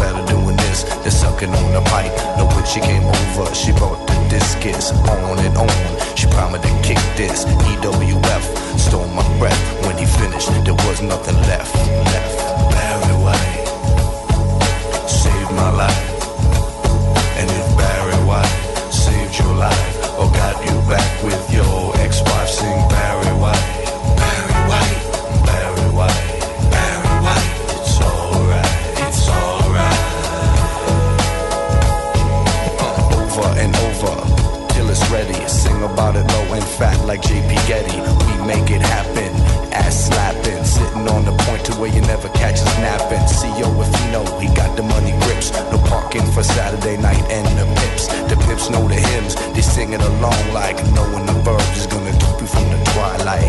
better doing this than sucking on the pipe. No, when she came over, she brought the discus on and on. She promised to kick this. EWF stole my breath. When he finished, there was nothing left. Barry White saved my life. And if Barry White saved your life or got you back with your ex-wife, sing Barry White. Barry White, Barry White, Barry White. It's alright, it's alright. Over and over till it's ready. Sing about it low and fat like J.P. Getty. We make it happen. Ass slapping, sitting on the point to where you never catch us napping. CEO if you know he got the money grips. No parking for Saturday night and the pips. The pips know the hymns, they sing it along like knowing the verbs is gonna keep you from the twilight.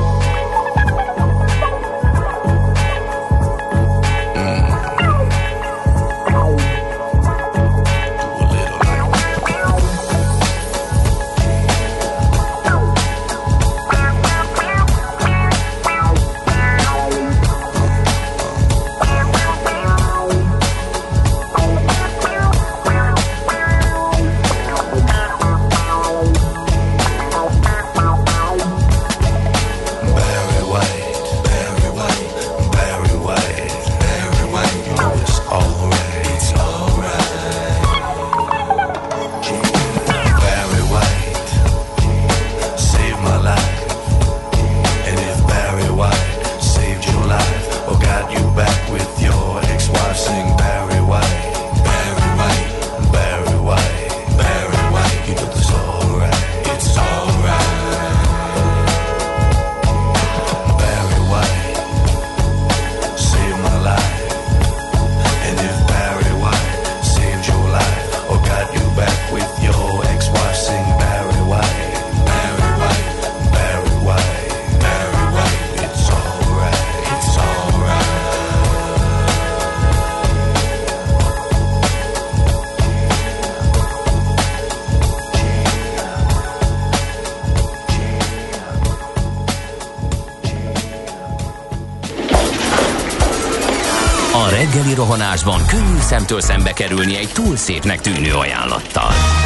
Reggeli rohanásban könnyű szemtől szembe kerülni egy túl szépnek tűnő ajánlattal.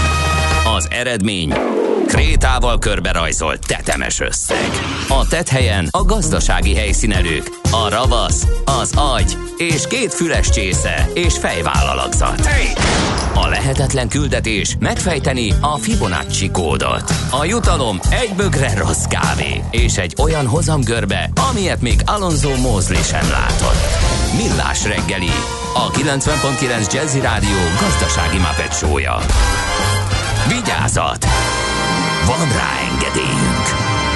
Az eredmény krétával körberajzolt tetemes összeg. A tetthelyen a gazdasági helyszínelők, a ravasz, az agy és 2 füles csésze és fejvállalakzat. A lehetetlen küldetés megfejteni a Fibonacci kódot. A jutalom egy bögre rossz kávé és egy olyan hozamgörbe, amilyet még Alonso Mosley sem látott. Millás reggeli, a 90.9 Jazzy Rádió gazdasági Muppet show-ja. Vigyázat! Van rá engedélyünk!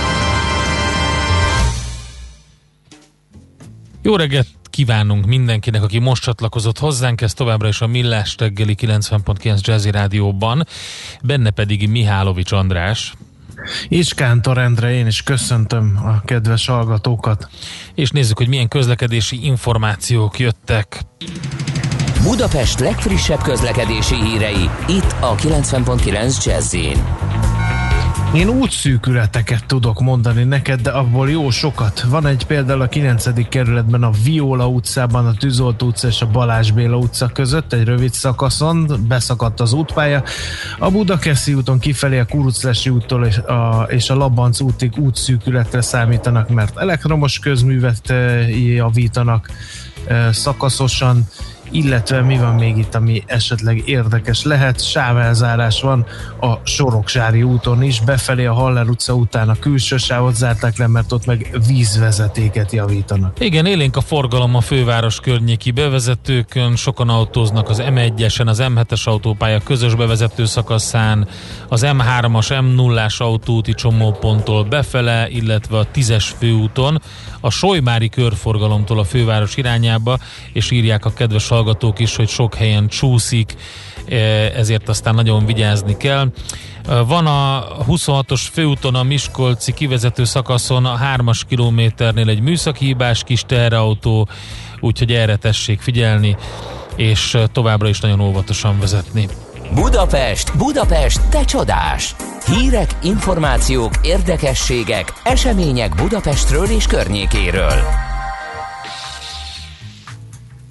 Jó reggelt kívánunk mindenkinek, aki most csatlakozott hozzánk, ez továbbra is a Millás reggeli 90.9 Jazzy Rádióban, benne pedig Mihálovics András. És Kántor Endre, én is köszöntöm a kedves hallgatókat. És nézzük, hogy milyen közlekedési információk jöttek. Budapest legfrissebb közlekedési hírei, itt a 90.9 Jazzyn. Én útszűkületeket tudok mondani neked, de abból jó sokat. Van egy például a 9. kerületben a Viola utcában, a Tűzolt utca és a Balázs Béla utca között egy rövid szakaszon beszakadt az útpálya. A Budakeszi úton kifelé a Kuruclesi úttól és a Labanc útig útszűkületre számítanak, mert elektromos közművet javítanak szakaszosan, illetve mi van még itt, ami esetleg érdekes lehet? Sávelzárás van a Soroksári úton is, befelé a Haller utca után a külső sávot zárták le, mert ott meg vízvezetéket javítanak. Igen, élénk a forgalom a főváros környéki bevezetőkön, sokan autóznak az M1-esen, az M7-es autópálya közös bevezető szakaszán, az M3-as, M0-as autóúti csomóponttól befele, illetve a 10-es főúton, a Solymári körforgalomtól a főváros irányába, és írják a kedves hallgatók is, hogy sok helyen csúszik, ezért aztán nagyon vigyázni kell. Van a 26-os főúton a miskolci kivezető szakaszon a 3-as kilométernél egy műszaki hibás kis teherautó, úgyhogy erre tessék figyelni, és továbbra is nagyon óvatosan vezetni. Budapest, Budapest, te csodás! Hírek, információk, érdekességek, események Budapestről és környékéről.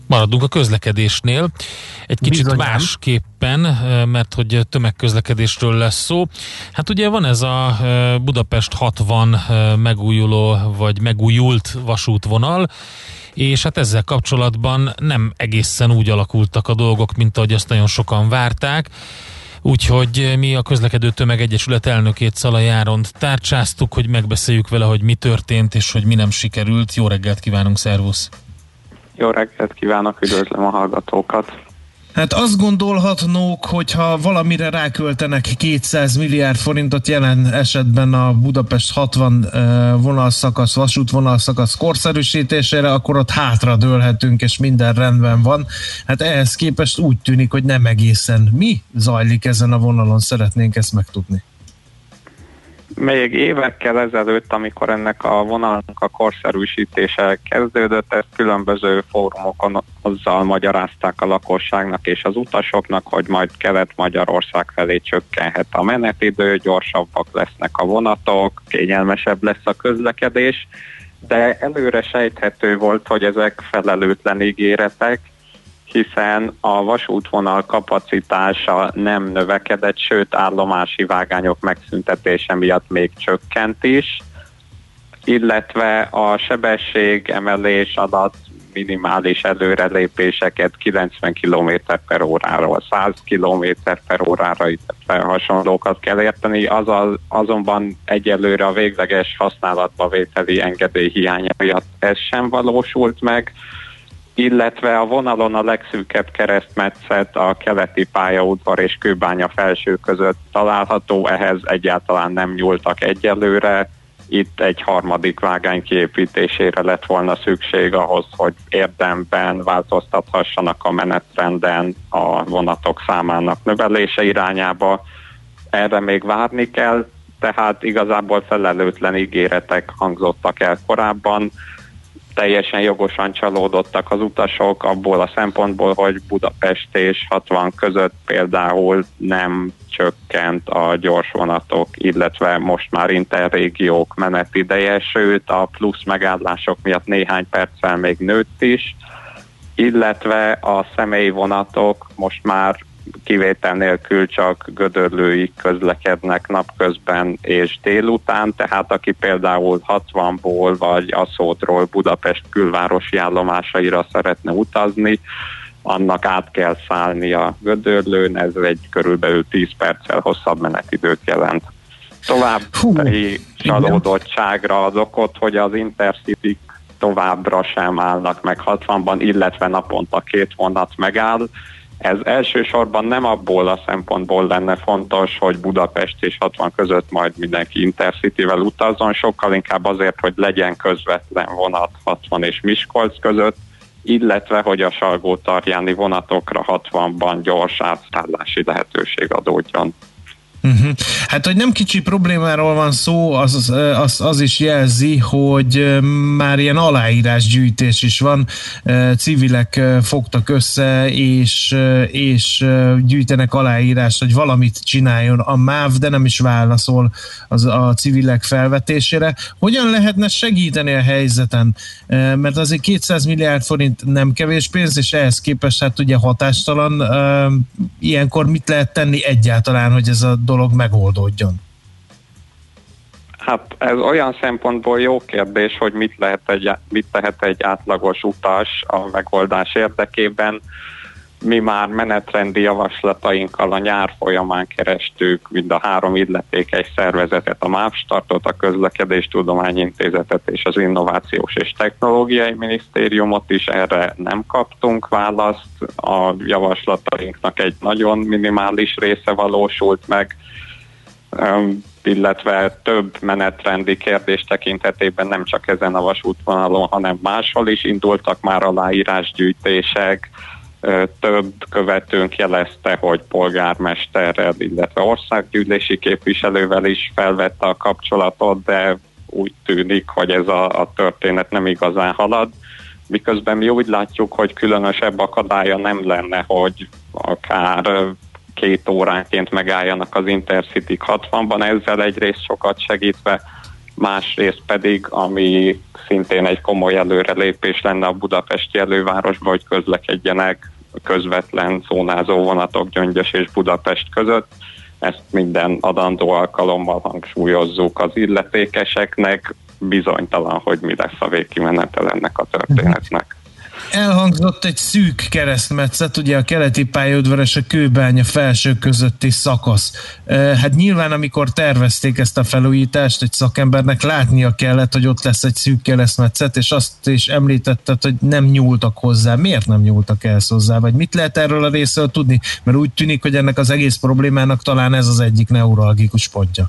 Maradunk a közlekedésnél. Egy kicsit másképpen, mert hogy tömegközlekedésről lesz szó. Hát ugye van ez a Budapest 60 megújuló, vagy megújult vasútvonal, és hát ezzel kapcsolatban nem egészen úgy alakultak a dolgok, mint ahogy azt nagyon sokan várták. Úgyhogy mi a Közlekedő Tömegegyesület elnökét, Szalai Áront tárcsáztuk, hogy megbeszéljük vele, hogy mi történt, és hogy mi nem sikerült. Jó reggelt kívánunk, szervusz! Jó reggelt kívánok, üdvözlöm a hallgatókat! Hát azt gondolhatnók, hogyha valamire ráköltenek 200 milliárd forintot jelen esetben a Budapest 60 vonalszakasz, vasútvonalszakasz korszerűsítésére, akkor ott hátradőlhetünk, és minden rendben van. Hát ehhez képest úgy tűnik, hogy nem egészen. Mi zajlik ezen a vonalon? Szeretnénk ezt megtudni. Még évekkel ezelőtt, amikor ennek a vonalnak a korszerűsítése kezdődött, ezt különböző fórumokon azzal magyarázták a lakosságnak és az utasoknak, hogy majd Kelet-Magyarország felé csökkenhet a menetidő, gyorsabbak lesznek a vonatok, kényelmesebb lesz a közlekedés, de előre sejthető volt, hogy ezek felelőtlen ígéretek, hiszen a vasútvonal kapacitása nem növekedett, sőt állomási vágányok megszüntetése miatt még csökkent is, illetve a sebességemelés alatt minimális előrelépéseket 90 km/h-ról 100 km/h-ra, illetve hasonlókat kell érteni, azonban egyelőre a végleges használatba vételi engedély hiánya miatt ez sem valósult meg, illetve a vonalon a legszűkebb keresztmetszet a keleti pályaudvar és Kőbánya felső között található, ehhez egyáltalán nem nyúltak egyelőre. Itt egy harmadik vágány kiépítésére lett volna szükség ahhoz, hogy érdemben változtathassanak a menetrenden a vonatok számának növelése irányába. Erre még várni kell, tehát igazából felelőtlen ígéretek hangzottak el korábban. Teljesen jogosan csalódottak az utasok abból a szempontból, hogy Budapest és 60 között például nem csökkent a gyorsvonatok, illetve most már interrégiók menetideje, sőt a plusz megállások miatt néhány perccel még nőtt is, illetve a személyvonatok most már kivétel nélkül csak Gödöllőig közlekednek napközben és délután, tehát aki például 60-ból vagy Aszódról Budapest külvárosi állomásaira szeretne utazni, annak át kell szállnia Gödöllőn, ez egy körülbelül 10 perccel hosszabb menetidőt jelent. További csalódottságra az okot, hogy az Intercity továbbra sem állnak meg 60-ban, illetve naponta 2 vonat megáll. Ez elsősorban nem abból a szempontból lenne fontos, hogy Budapest és 60 között majd mindenki Intercityvel utazzon, sokkal inkább azért, hogy legyen közvetlen vonat 60 és Miskolc között, illetve hogy a Salgótarjáni vonatokra 60-ban gyors átszállási lehetőség adódjon. Hát, hogy nem kicsi problémáról van szó, az is jelzi, hogy már ilyen aláírásgyűjtés is van, civilek fogtak össze, és gyűjtenek aláírást, hogy valamit csináljon a MÁV, de nem is válaszol a civilek felvetésére. Hogyan lehetne segíteni a helyzeten? Mert azért 200 milliárd forint nem kevés pénz, és ehhez képest hát ugye hatástalan. Ilyenkor mit lehet tenni egyáltalán, hogy ez a dolog megoldódjon? Hát ez olyan szempontból jó kérdés, hogy mit tehet egy átlagos utas a megoldás érdekében. Mi már menetrendi javaslatainkkal a nyár folyamán kerestük mind a 3 illetékes szervezetet, a MÁV Startot, a Közlekedéstudományi Intézetet és az Innovációs és Technológiai Minisztériumot is, erre nem kaptunk választ. A javaslatainknak egy nagyon minimális része valósult meg, illetve több menetrendi kérdés tekintetében nem csak ezen a vasútvonalon, hanem máshol is indultak már aláírásgyűjtések. Több követőnk jelezte, hogy polgármesterrel, illetve országgyűlési képviselővel is felvette a kapcsolatot, de úgy tűnik, hogy ez a történet nem igazán halad. Miközben mi úgy látjuk, hogy különösebb akadálya nem lenne, hogy akár 2 óránként megálljanak az Intercity 60-ban, ezzel egyrészt sokat segítve, másrészt pedig, ami szintén egy komoly előrelépés lenne a budapesti elővárosba, hogy közlekedjenek közvetlen zónázó vonatok Gyöngyös és Budapest között. Ezt minden adandó alkalommal hangsúlyozzuk az illetékeseknek, bizonytalan, hogy mi lesz a végkimenetel ennek a történetnek. Elhangzott egy szűk keresztmetszet, ugye a keleti pályaudvar és a Kőbánya felső közötti szakasz. Hát nyilván, amikor tervezték ezt a felújítást, egy szakembernek látnia kellett, hogy ott lesz egy szűk keresztmetszet, és azt is említetted, hogy nem nyúltak hozzá. Miért nem nyúltak ehhez hozzá? Vagy mit lehet erről a részről tudni? Mert úgy tűnik, hogy ennek az egész problémának talán ez az egyik neuralgikus pontja.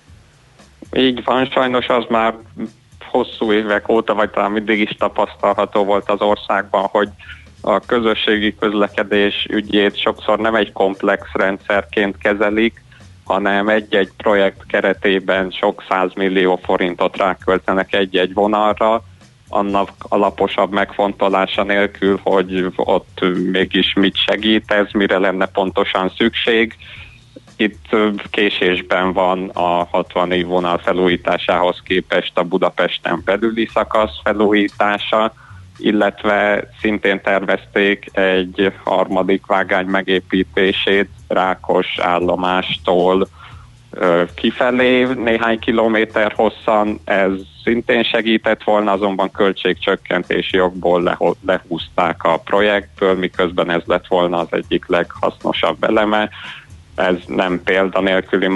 Így van, sajnos az már hosszú évek óta, vagy talán mindig is tapasztalható volt az országban, hogy a közösségi közlekedés ügyét sokszor nem egy komplex rendszerként kezelik, hanem egy-egy projekt keretében sok 100 millió forintot ráköltenek egy-egy vonalra, annak alaposabb megfontolása nélkül, hogy ott mégis mit segít ez, mire lenne pontosan szükség. Itt késésben van a 60 vonal felújításához képest a Budapesten belüli szakasz felújítása, illetve szintén tervezték egy harmadik vágány megépítését Rákos állomástól kifelé néhány kilométer hosszan. Ez szintén segített volna, azonban költségcsökkentési okból lehúzták a projektből, miközben ez lett volna az egyik leghasznosabb eleme. Ez nem példa nélküli,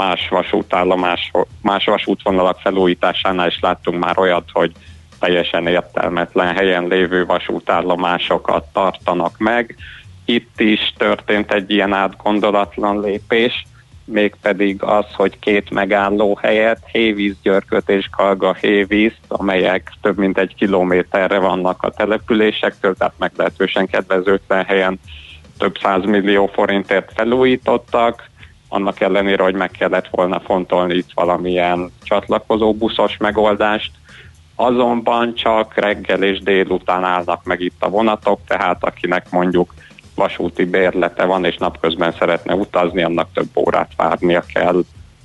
más vasútvonalak felújításánál is láttunk már olyat, hogy teljesen értelmetlen helyen lévő vasútállomásokat tartanak meg. Itt is történt egy ilyen átgondolatlan lépés, mégpedig az, hogy 2 megálló helyett Hévíz-Györköt és Kalga-Hévízt, amelyek több mint 1 kilométerre vannak a településektől, tehát meglehetősen kedvezőtlen helyen több 100 millió forintért felújítottak, annak ellenére, hogy meg kellett volna fontolni itt valamilyen csatlakozó buszos megoldást, azonban csak reggel és délután állnak meg itt a vonatok, tehát akinek mondjuk vasúti bérlete van, és napközben szeretne utazni, annak több órát várnia kell.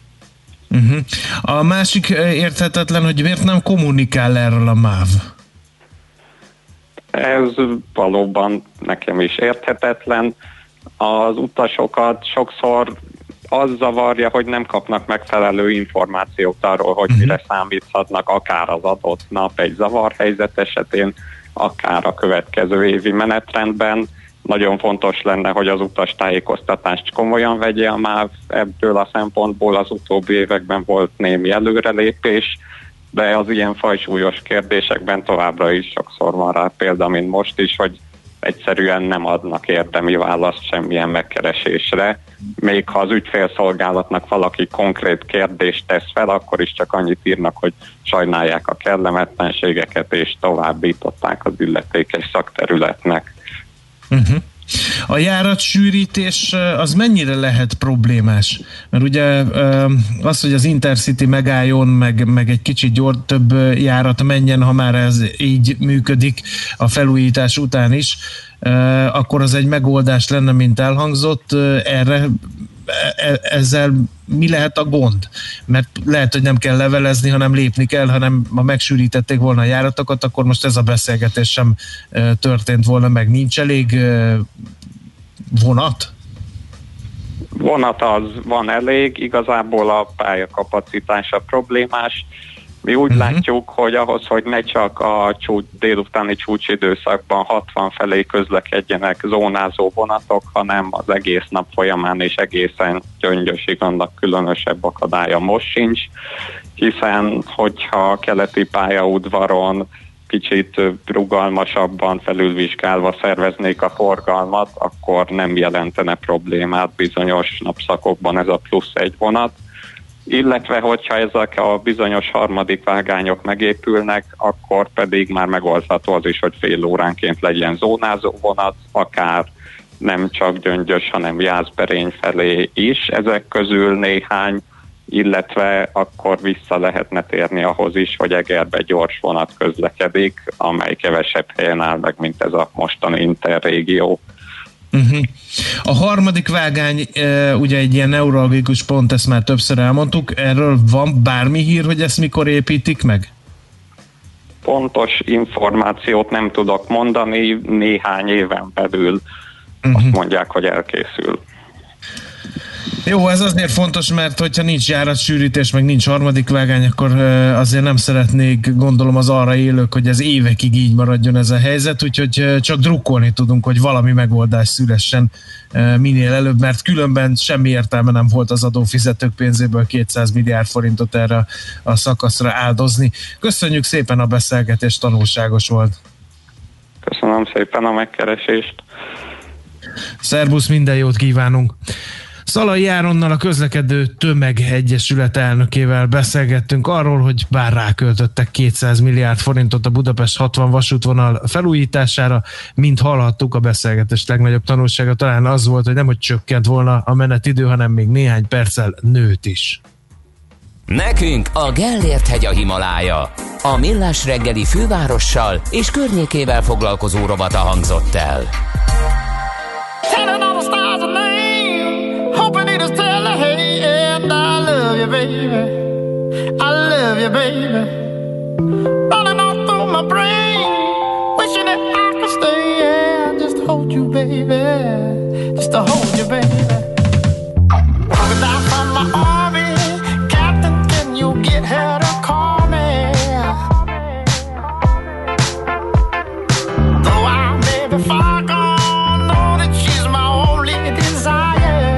A másik érthetetlen, hogy miért nem kommunikál erről a MÁV? Ez valóban nekem is érthetetlen. Az utasokat sokszor az zavarja, hogy nem kapnak megfelelő információt arról, hogy mire számíthatnak, akár az adott nap egy zavarhelyzet esetén, akár a következő évi menetrendben. Nagyon fontos lenne, hogy az utastájékoztatást komolyan vegye a MÁV. Ebből a szempontból az utóbbi években volt némi előrelépés, de az ilyen fajsúlyos kérdésekben továbbra is sokszor van rá példa, mint most is, hogy egyszerűen nem adnak érdemi választ semmilyen megkeresésre. Még ha az ügyfélszolgálatnak valaki konkrét kérdést tesz fel, akkor is csak annyit írnak, hogy sajnálják a kellemetlenségeket, és továbbították az illetékes szakterületnek. A járatsűrítés az mennyire lehet problémás? Mert ugye az, hogy az Intercity megálljon, meg egy kicsit több járat menjen, ha már ez így működik a felújítás után is, akkor az egy megoldás lenne, mint elhangzott. Ezzel mi lehet a gond? Mert lehet, hogy nem kell levelezni, hanem lépni kell, hanem ha megsűrítették volna a járatokat, akkor most ez a beszélgetés sem történt volna meg. Nincs elég vonat? Vonat az van elég, igazából a pályakapacitása problémás. Mi úgy látjuk, hogy ahhoz, hogy ne csak a délutáni csúcsidőszakban 60 felé közlekedjenek zónázó vonatok, hanem az egész nap folyamán és egészen Gyöngyösig, annak különösebb akadálya most sincs, hiszen hogyha a keleti pályaudvaron kicsit rugalmasabban felülvizsgálva szerveznék a forgalmat, akkor nem jelentene problémát bizonyos napszakokban ez a plusz egy vonat. Illetve, hogyha ezek a bizonyos harmadik vágányok megépülnek, akkor pedig már megoldható az is, hogy fél óránként legyen zónázó vonat, akár nem csak Gyöngyös, hanem Jászberény felé is. Ezek közül néhány, illetve akkor vissza lehetne térni ahhoz is, hogy Egerbe gyors vonat közlekedik, amely kevesebb helyen áll meg, mint ez a mostani interrégió. A harmadik vágány ugye egy ilyen neuralgikus pont, ezt már többször elmondtuk. Erről van bármi hír, hogy ezt mikor építik meg? Pontos információt nem tudok mondani, néhány éven belül azt mondják, hogy elkészül. Jó, ez azért fontos, mert hogyha nincs járatsűrítés, meg nincs harmadik vágány, akkor azért nem szeretnék, gondolom, az arra élők, hogy ez évekig így maradjon ez a helyzet, úgyhogy csak drukkolni tudunk, hogy valami megoldás szülessen minél előbb, mert különben semmi értelme nem volt az adófizetők pénzéből 200 milliárd forintot erre a szakaszra áldozni. Köszönjük szépen a beszélgetést, tanulságos volt. Köszönöm szépen a megkeresést. Szerbusz, minden jót kívánunk! Szalai Áronnal, a Közlekedő Tömeg Egyesület elnökével beszélgettünk arról, hogy bár ráköltöttek 200 milliárd forintot a Budapest 60 vasútvonal felújítására, mint hallhattuk, a beszélgetés legnagyobb tanulsága talán az volt, hogy nem hogy csökkent volna a menetidő, hanem még néhány perccel nőtt is. Nekünk a Gellért-hegy a Himalája. A Millás reggeli fővárossal és környékével foglalkozó rovata hangzott el. Hoping it is tell her, hey, and I love you, baby. I love you, baby. Running all through my brain, wishing that I could stay and just hold you, baby. Just to hold you, baby. Walking down from my army, Captain, can you get her to call me? Though I may be far gone, know that she's my only desire.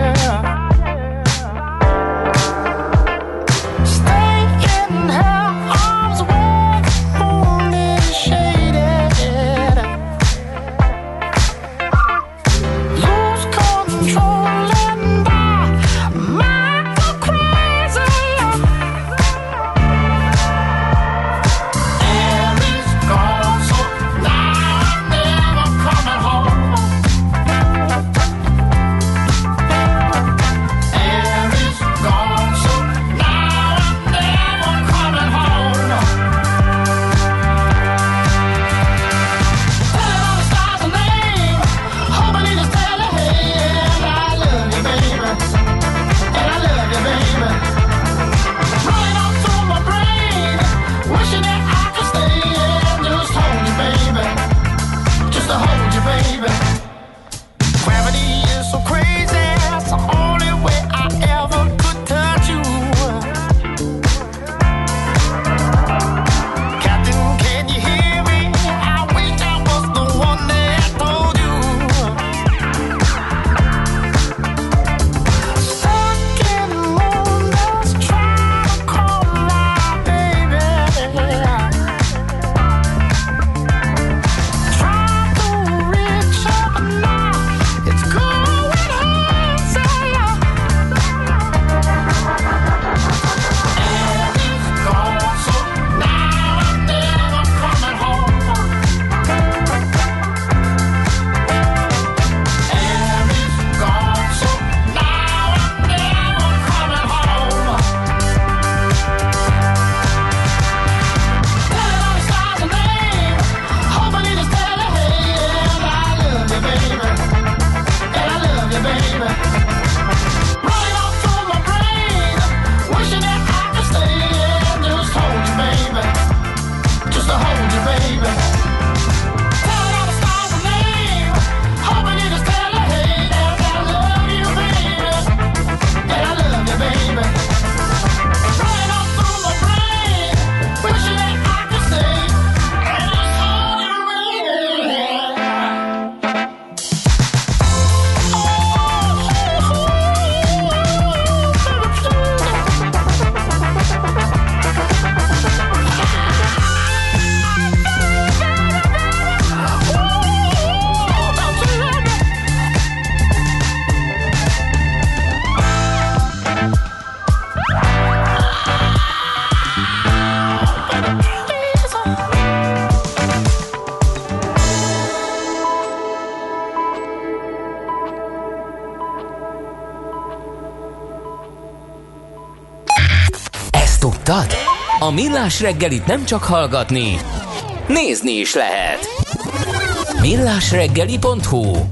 Tudtad? A Millás reggelit nem csak hallgatni, nézni is lehet. millásreggeli.hu.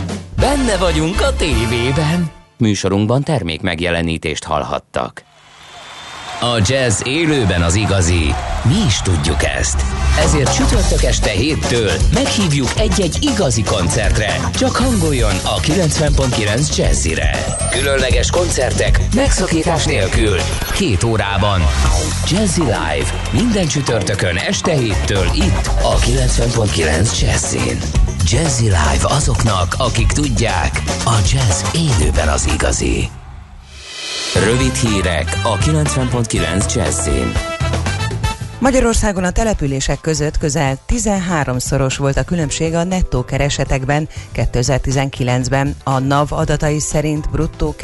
Benne vagyunk a tévében. Műsorunkban termék megjelenítést hallhattak. A jazz élőben az igazi. Mi is tudjuk ezt. Ezért csütörtök este 7-től meghívjuk egy-egy igazi koncertre. Csak hangoljon a 90.9 Jazzire. Különleges koncertek megszakítás nélkül. 2 órában. Jazzy Live. Minden csütörtökön este 7-től itt a 90.9 Jazzin. Jazzy Live azoknak, akik tudják, a jazz élőben az igazi. Rövid hírek a 90.9 Jazzin. Magyarországon a települések között közel 13-szoros volt a különbség a nettó keresetekben 2019-ben. A NAV adatai szerint bruttó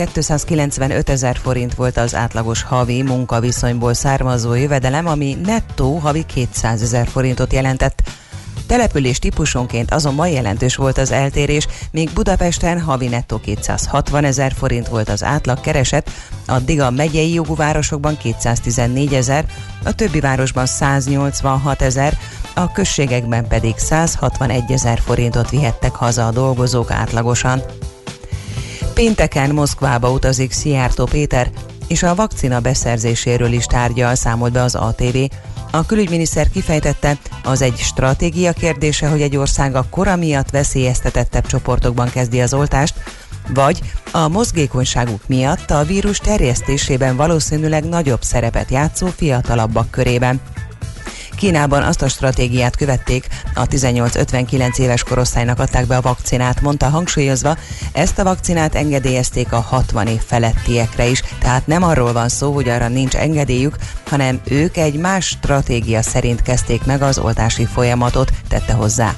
295 000 forint volt az átlagos havi munkaviszonyból származó jövedelem, ami nettó havi 200 000 forintot jelentett. Település típusonként azonban jelentős volt az eltérés, míg Budapesten havi nettó 260 000 forint volt az átlagkereset, addig a megyei jogú városokban 214 000, a többi városban 186 000, a községekben pedig 161 000 forintot vihettek haza a dolgozók átlagosan. Pénteken Moszkvába utazik Szijjártó Péter, és a vakcina beszerzéséről is tárgyal, számolt be az ATV. A külügyminiszter kifejtette, az egy stratégia kérdése, hogy egy ország a kora miatt veszélyeztetettebb csoportokban kezdi az oltást, vagy a mozgékonyságuk miatt a vírus terjesztésében valószínűleg nagyobb szerepet játszó fiatalabbak körében. Kínában azt a stratégiát követték, a 18-59 éves korosztálynak adták be a vakcinát, mondta, hangsúlyozva, ezt a vakcinát engedélyezték a 60 év felettiekre is, tehát nem arról van szó, hogy arra nincs engedélyük, hanem ők egy más stratégia szerint kezdték meg az oltási folyamatot, tette hozzá.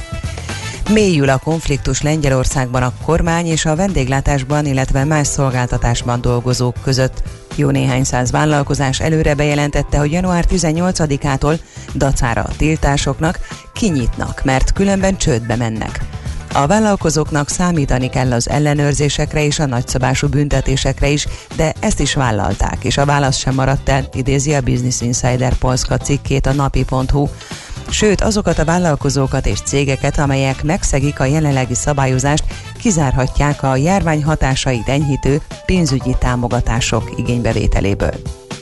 Mélyül a konfliktus Lengyelországban a kormány és a vendéglátásban, illetve más szolgáltatásban dolgozók között. Jó néhány száz vállalkozás előre bejelentette, hogy január 18-ától dacára a tiltásoknak kinyitnak, mert különben csődbe mennek. A vállalkozóknak számítani kell az ellenőrzésekre és a nagyszabású büntetésekre is, de ezt is vállalták, és a válasz sem maradt el, idézi a Business Insider Polska cikkét a napi.hu. Sőt, azokat a vállalkozókat és cégeket, amelyek megszegik a jelenlegi szabályozást, kizárhatják a járvány hatásait enyhítő pénzügyi támogatások igénybevételéből.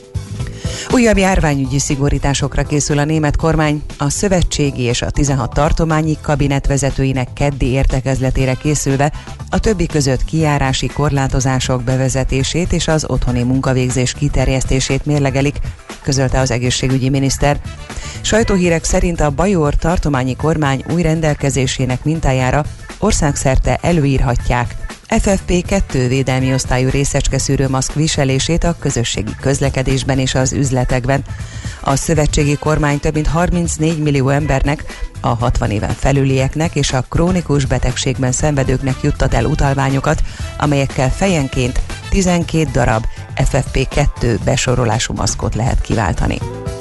Újabb járványügyi szigorításokra készül a német kormány, a szövetségi és a 16 tartományi kabinet vezetőinek keddi értekezletére készülve a többi között kijárási korlátozások bevezetését és az otthoni munkavégzés kiterjesztését mérlegelik, közölte az egészségügyi miniszter. Sajtóhírek szerint a Bajor tartományi kormány új rendelkezésének mintájára országszerte előírhatják FFP2 védelmi osztályú részecskeszűrő maszk viselését a közösségi közlekedésben és az üzletekben. A szövetségi kormány több mint 34 millió embernek, a 60 éven felülieknek és a krónikus betegségben szenvedőknek juttat el utalványokat, amelyekkel fejenként 12 darab FFP2 besorolású maszkot lehet kiváltani.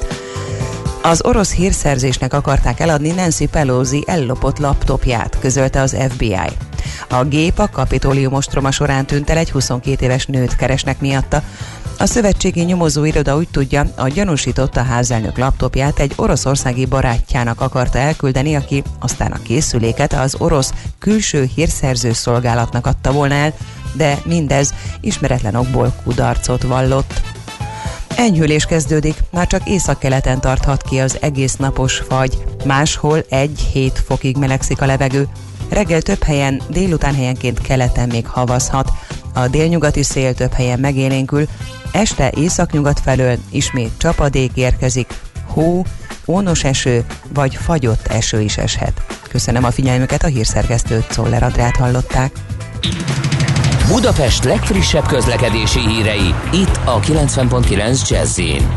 Az orosz hírszerzésnek akarták eladni Nancy Pelosi ellopott laptopját, közölte az FBI. A gép a Kapitólium ostroma során tűnt el, egy 22 éves nőt keresnek miatta. A szövetségi nyomozóiroda úgy tudja, a gyanúsított a házelnök laptopját egy oroszországi barátjának akarta elküldeni, aki aztán a készüléket az orosz külső hírszerző szolgálatnak adta volna el, de mindez ismeretlen okból kudarcot vallott. Enyhülés kezdődik, már csak északkeleten tarthat ki az egész napos fagy, máshol 1-7 fokig melegszik a levegő. Reggel több helyen, délután helyenként keleten még havazhat. A délnyugati szél több helyen megélénkül, este északnyugat felől ismét csapadék érkezik, hó, ónos eső vagy fagyott eső is eshet. Köszönöm a figyelmüket, a hírszerkesztőt, Czoller Andrát hallották. Budapest legfrissebb közlekedési hírei, itt a 90.9 Jazzin.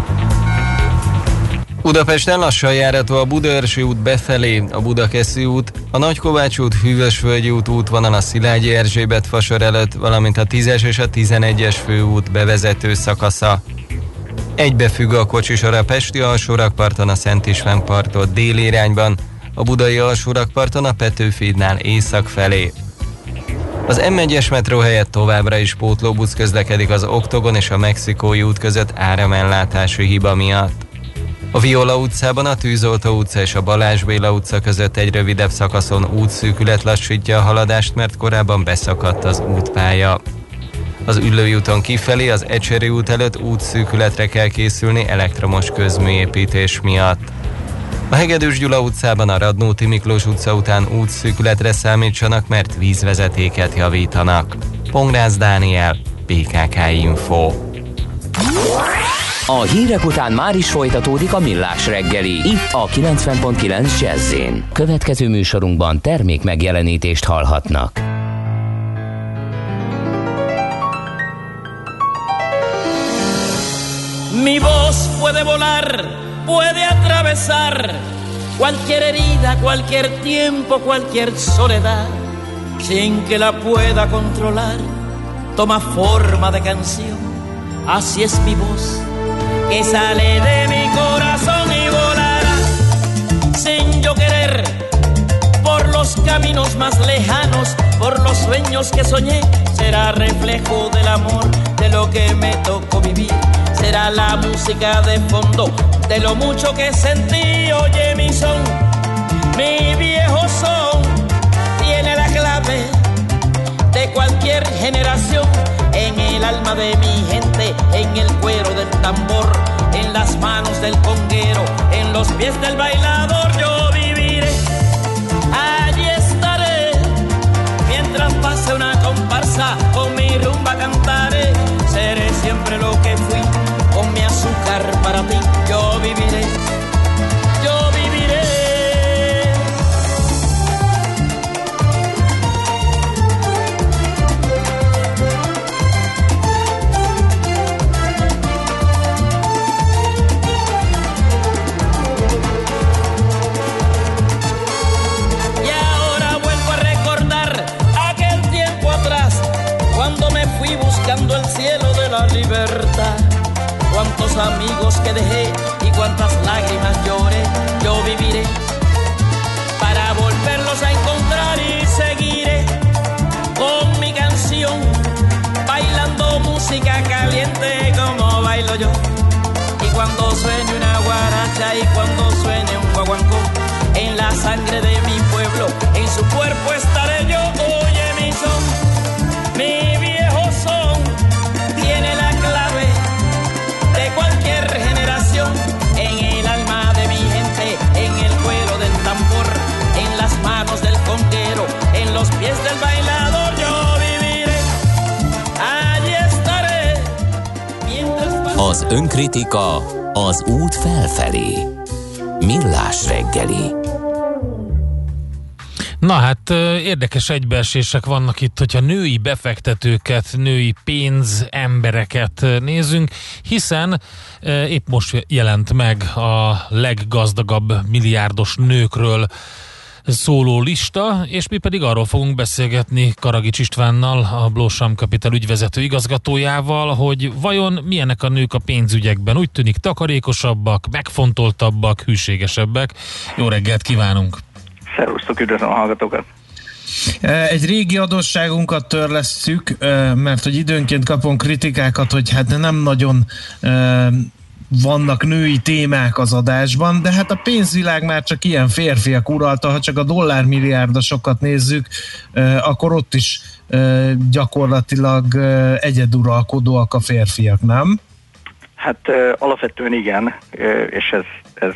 Budapesten lassan járható a Budaörsi út befelé, a Budakeszi út, a Nagykovács út, Hűvösvölgyi út útvonal a Szilágyi Erzsébet fasor előtt, valamint a 10-es és a 11-es főút bevezető szakasza. Egybefügg a kocsisor a Pesti alsórakparton a Szent István parttól déli irányban, a Budai alsórakparton a Petőfi hídnál észak felé. Az M1-es metró helyett továbbra is pótlóbusz közlekedik az Oktogon és a Mexikói út között áramellátási hiba miatt. A Viola utcában a Tűzoltó utca és a Balázs Béla utca között egy rövidebb szakaszon útszűkület lassítja a haladást, mert korábban beszakadt az útpálya. Az Üllői úton kifelé az Ecseri út előtt útszűkületre kell készülni elektromos közműépítés miatt. A Hegedűs Gyula utcában a Radnóti Miklós utca után útszűkületre számítsanak, mert vízvezetéket javítanak. Pongrácz Dániel, PKK Info. A hírek után már is folytatódik a Millás reggeli, itt a 90.9 Jazz-in. Következő műsorunkban termék megjelenítést hallhatnak. Mi voz puede volar, puede atravesar cualquier herida, cualquier tiempo, cualquier soledad, sin que la pueda controlar, toma forma de canción, así es mi voz, que sale de mi corazón y volará, sin yo querer, por los caminos más lejanos, por los sueños que soñé, será reflejo del amor, de lo que me tocó vivir. Será la música de fondo de lo mucho que sentí. Oye mi son, mi viejo son, tiene la clave de cualquier generación. En el alma de mi gente, en el cuero del tambor, en las manos del conguero, en los pies del bailador. Yo viviré, allí estaré, mientras pase una comparsa, con mi rumba cantaré. Seré siempre lo que fui, con mi azúcar para ti. Yo viviré, yo viviré. Y ahora vuelvo a recordar aquel tiempo atrás, cuando me fui buscando el cielo de la libertad. Cuántos amigos que dejé y cuántas lágrimas lloré. Yo viviré para volverlos a encontrar y seguiré con mi canción, bailando música caliente como bailo yo. Y cuando suene una guaracha y cuando suene un guaguancó, en la sangre de mi pueblo, en su cuerpo estaré yo. Oye mi son, mi viejo son, tiene la clave de cualquier generación, en el alma de mi gente, en el cuero del tambor, en las manos del conguero, en los pies del bailador. Yo viviré, allí estaré, mientras... Az önkritika az út felfelé. Millás reggeli. Na hát érdekes egybeesések vannak itt, hogyha női befektetőket, női pénzembereket nézünk, hiszen épp most jelent meg a leggazdagabb milliárdos nőkről szóló lista, és mi pedig arról fogunk beszélgetni Karagics Istvánnal, a Blósam Capital ügyvezető igazgatójával, hogy vajon milyenek a nők a pénzügyekben. Úgy tűnik takarékosabbak, megfontoltabbak, hűségesebbek. Jó reggelt kívánunk! Szervusztok, üdvözlöm a hallgatókat! Egy régi adósságunkat törlesztjük, mert hogy időnként kapunk kritikákat, hogy hát nem nagyon vannak női témák az adásban, de hát a pénzvilág már csak ilyen férfiak uralta, ha csak a dollármilliárdosokat nézzük, akkor ott is gyakorlatilag egyeduralkodóak a férfiak, nem? Hát alapvetően igen, és ez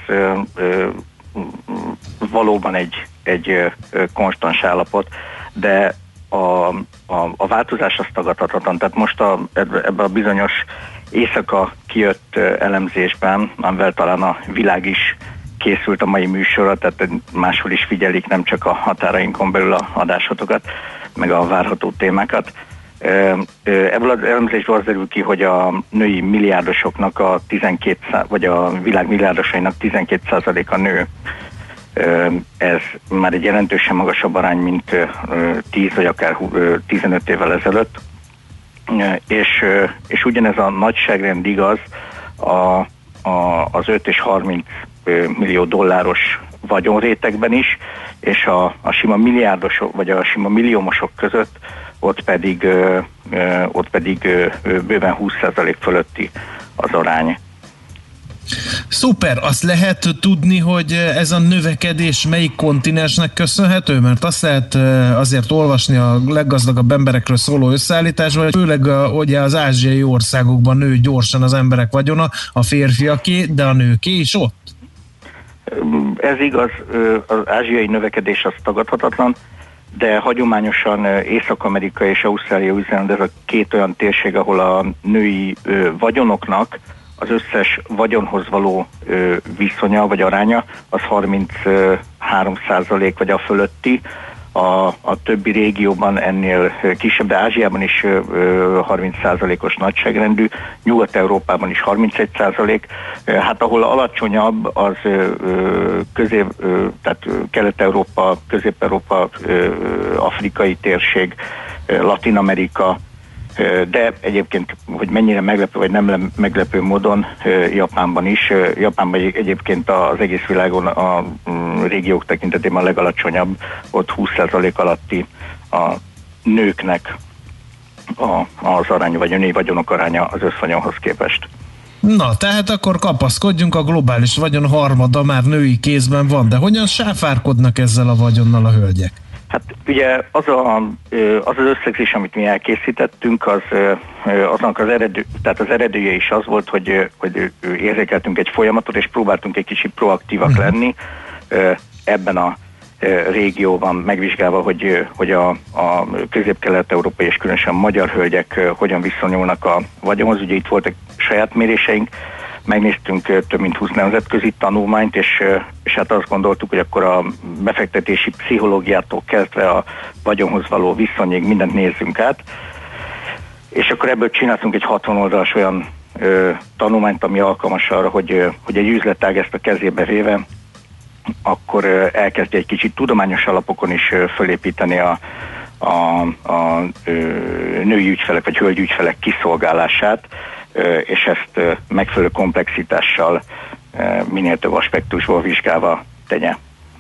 valóban egy konstans állapot, de a változás az tagadhatatlan. Tehát most ebben a bizonyos éjszaka kijött elemzésben, amivel talán a világ is készült a mai műsorra, tehát máshol is figyelik, nem csak a határainkon belül a adásotokat, meg a várható témákat. Ebből az elemzésből az derül ki, hogy a női milliárdosoknak vagy a világ milliárdosainak 12%-a nő. Ez már egy jelentősen magasabb arány, mint 10 vagy akár 15 évvel ezelőtt. És ugyanez a nagyságrend igaz az 5 és 30 millió dolláros vagyonrétegben is, és a sima milliárdosok vagy a sima milliómosok között ott pedig bőven 20% fölötti az arány. Szuper, azt lehet tudni, hogy ez a növekedés melyik kontinensnek köszönhető? Mert azt lehet azért olvasni a leggazdagabb emberekről szóló összeállításban, hogy főleg ugye az ázsiai országokban nő gyorsan az emberek vagyona, a férfiaké, de a nőké is ott? Ez igaz, az ázsiai növekedés az tagadhatatlan, de hagyományosan Észak-Amerika és Ausztrália, Új-Zéland, ez a két olyan térség, ahol a női vagyonoknak az összes vagyonhoz való viszonya vagy aránya az 33% vagy a fölötti, a többi régióban ennél kisebb, de Ázsiában is 30%-os nagyságrendű, Nyugat-Európában is 31%, hát ahol alacsonyabb az tehát Kelet-Európa, Közép-Európa, afrikai térség, Latin-Amerika, de egyébként, hogy mennyire meglepő, vagy nem meglepő módon Japánban is. Japánban egyébként az egész világon a régiók tekintetében a legalacsonyabb, ott 20% alatti a nőknek az aránya, vagy a női vagyonok aránya az összvanyonhoz képest. Na, tehát akkor kapaszkodjunk, a globális vagyon harmada már női kézben van, de hogyan sáfárkodnak ezzel a vagyonnal a hölgyek? Hát ugye az összegzés, amit mi elkészítettünk, aznak az eredője is az volt, hogy érzékeltünk egy folyamatot, és próbáltunk egy kicsit proaktívak lenni ebben a régióban, megvizsgálva, hogy a közép-kelet-európai és különösen magyar hölgyek hogyan viszonyulnak a vagyonhoz. Ugye itt voltak saját méréseink, megnéztünk több mint 20 nemzetközi tanulmányt, és hát azt gondoltuk, hogy akkor a befektetési pszichológiától kezdve a vagyonhoz való viszonyig mindent nézzünk át, és akkor ebből csináltunk egy 60 oldalas olyan tanulmányt, ami alkalmas arra, hogy egy üzletág ezt a kezébe véve, akkor elkezdje egy kicsit tudományos alapokon is fölépíteni a női ügyfelek vagy hölgyi ügyfelek kiszolgálását, és ezt megfelelő komplexitással minél több aspektusból vizsgálva tegye.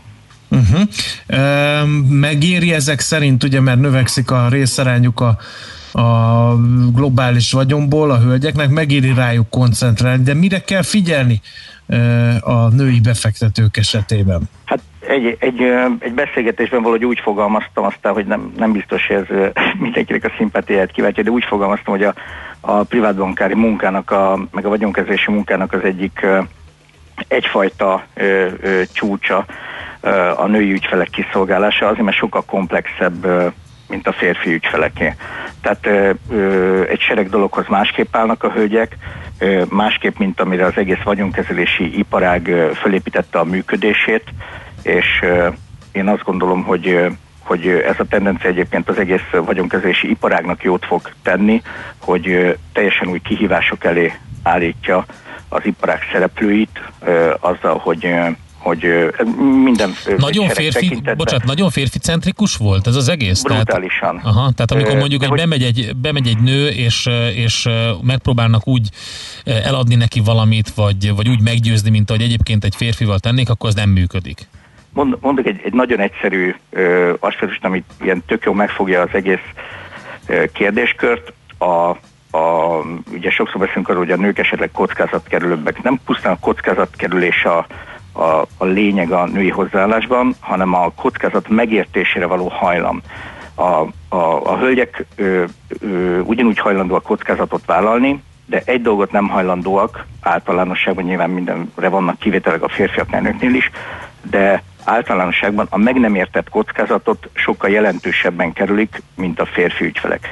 Megéri ezek szerint, ugye, mert növekszik a részarányuk a globális vagyonból a hölgyeknek, megéri rájuk koncentrálni, de mire kell figyelni a női befektetők esetében? Hát egy beszélgetésben valahogy úgy fogalmaztam aztán, hogy nem biztos, hogy ez mindenkinek a szimpátiáját kiváltja, de úgy fogalmaztam, hogy a privátbankári munkának, meg a vagyonkezelési munkának az egyik egyfajta csúcsa a női ügyfelek kiszolgálása, azért mert sokkal komplexebb, mint a férfi ügyfeleké. Tehát egy sereg dologhoz másképp állnak a hölgyek, másképp, mint amire az egész vagyonkezelési iparág fölépítette a működését, és én azt gondolom, hogy ez a tendencia egyébként az egész vagyonkezelési iparágnak jót fog tenni, hogy teljesen új kihívások elé állítja az iparág szereplőit azzal, hogy minden nagyon férfi-centrikus volt ez az egész? Brutálisan. Tehát amikor mondjuk, hogy bemegy egy nő, és megpróbálnak úgy eladni neki valamit, vagy úgy meggyőzni, mint ahogy egyébként egy férfival tennék, akkor az nem működik. Mondok egy nagyon egyszerű aspektust, amit ilyen tök jó megfogja az egész kérdéskört. Ugye sokszor beszélünk arról, hogy a nők esetleg kockázatkerülőbbek. Nem pusztán a kockázatkerülés a lényeg a női hozzáállásban, hanem a kockázat megértésére való hajlam. A hölgyek ugyanúgy hajlandóak kockázatot vállalni, de egy dolgot nem hajlandóak, általánosságban nyilván mindenre vannak kivételek a férfiaknál, nőknél is, de általánosságban a meg nem értett kockázatot sokkal jelentősebben kerülik, mint a férfi ügyfelek.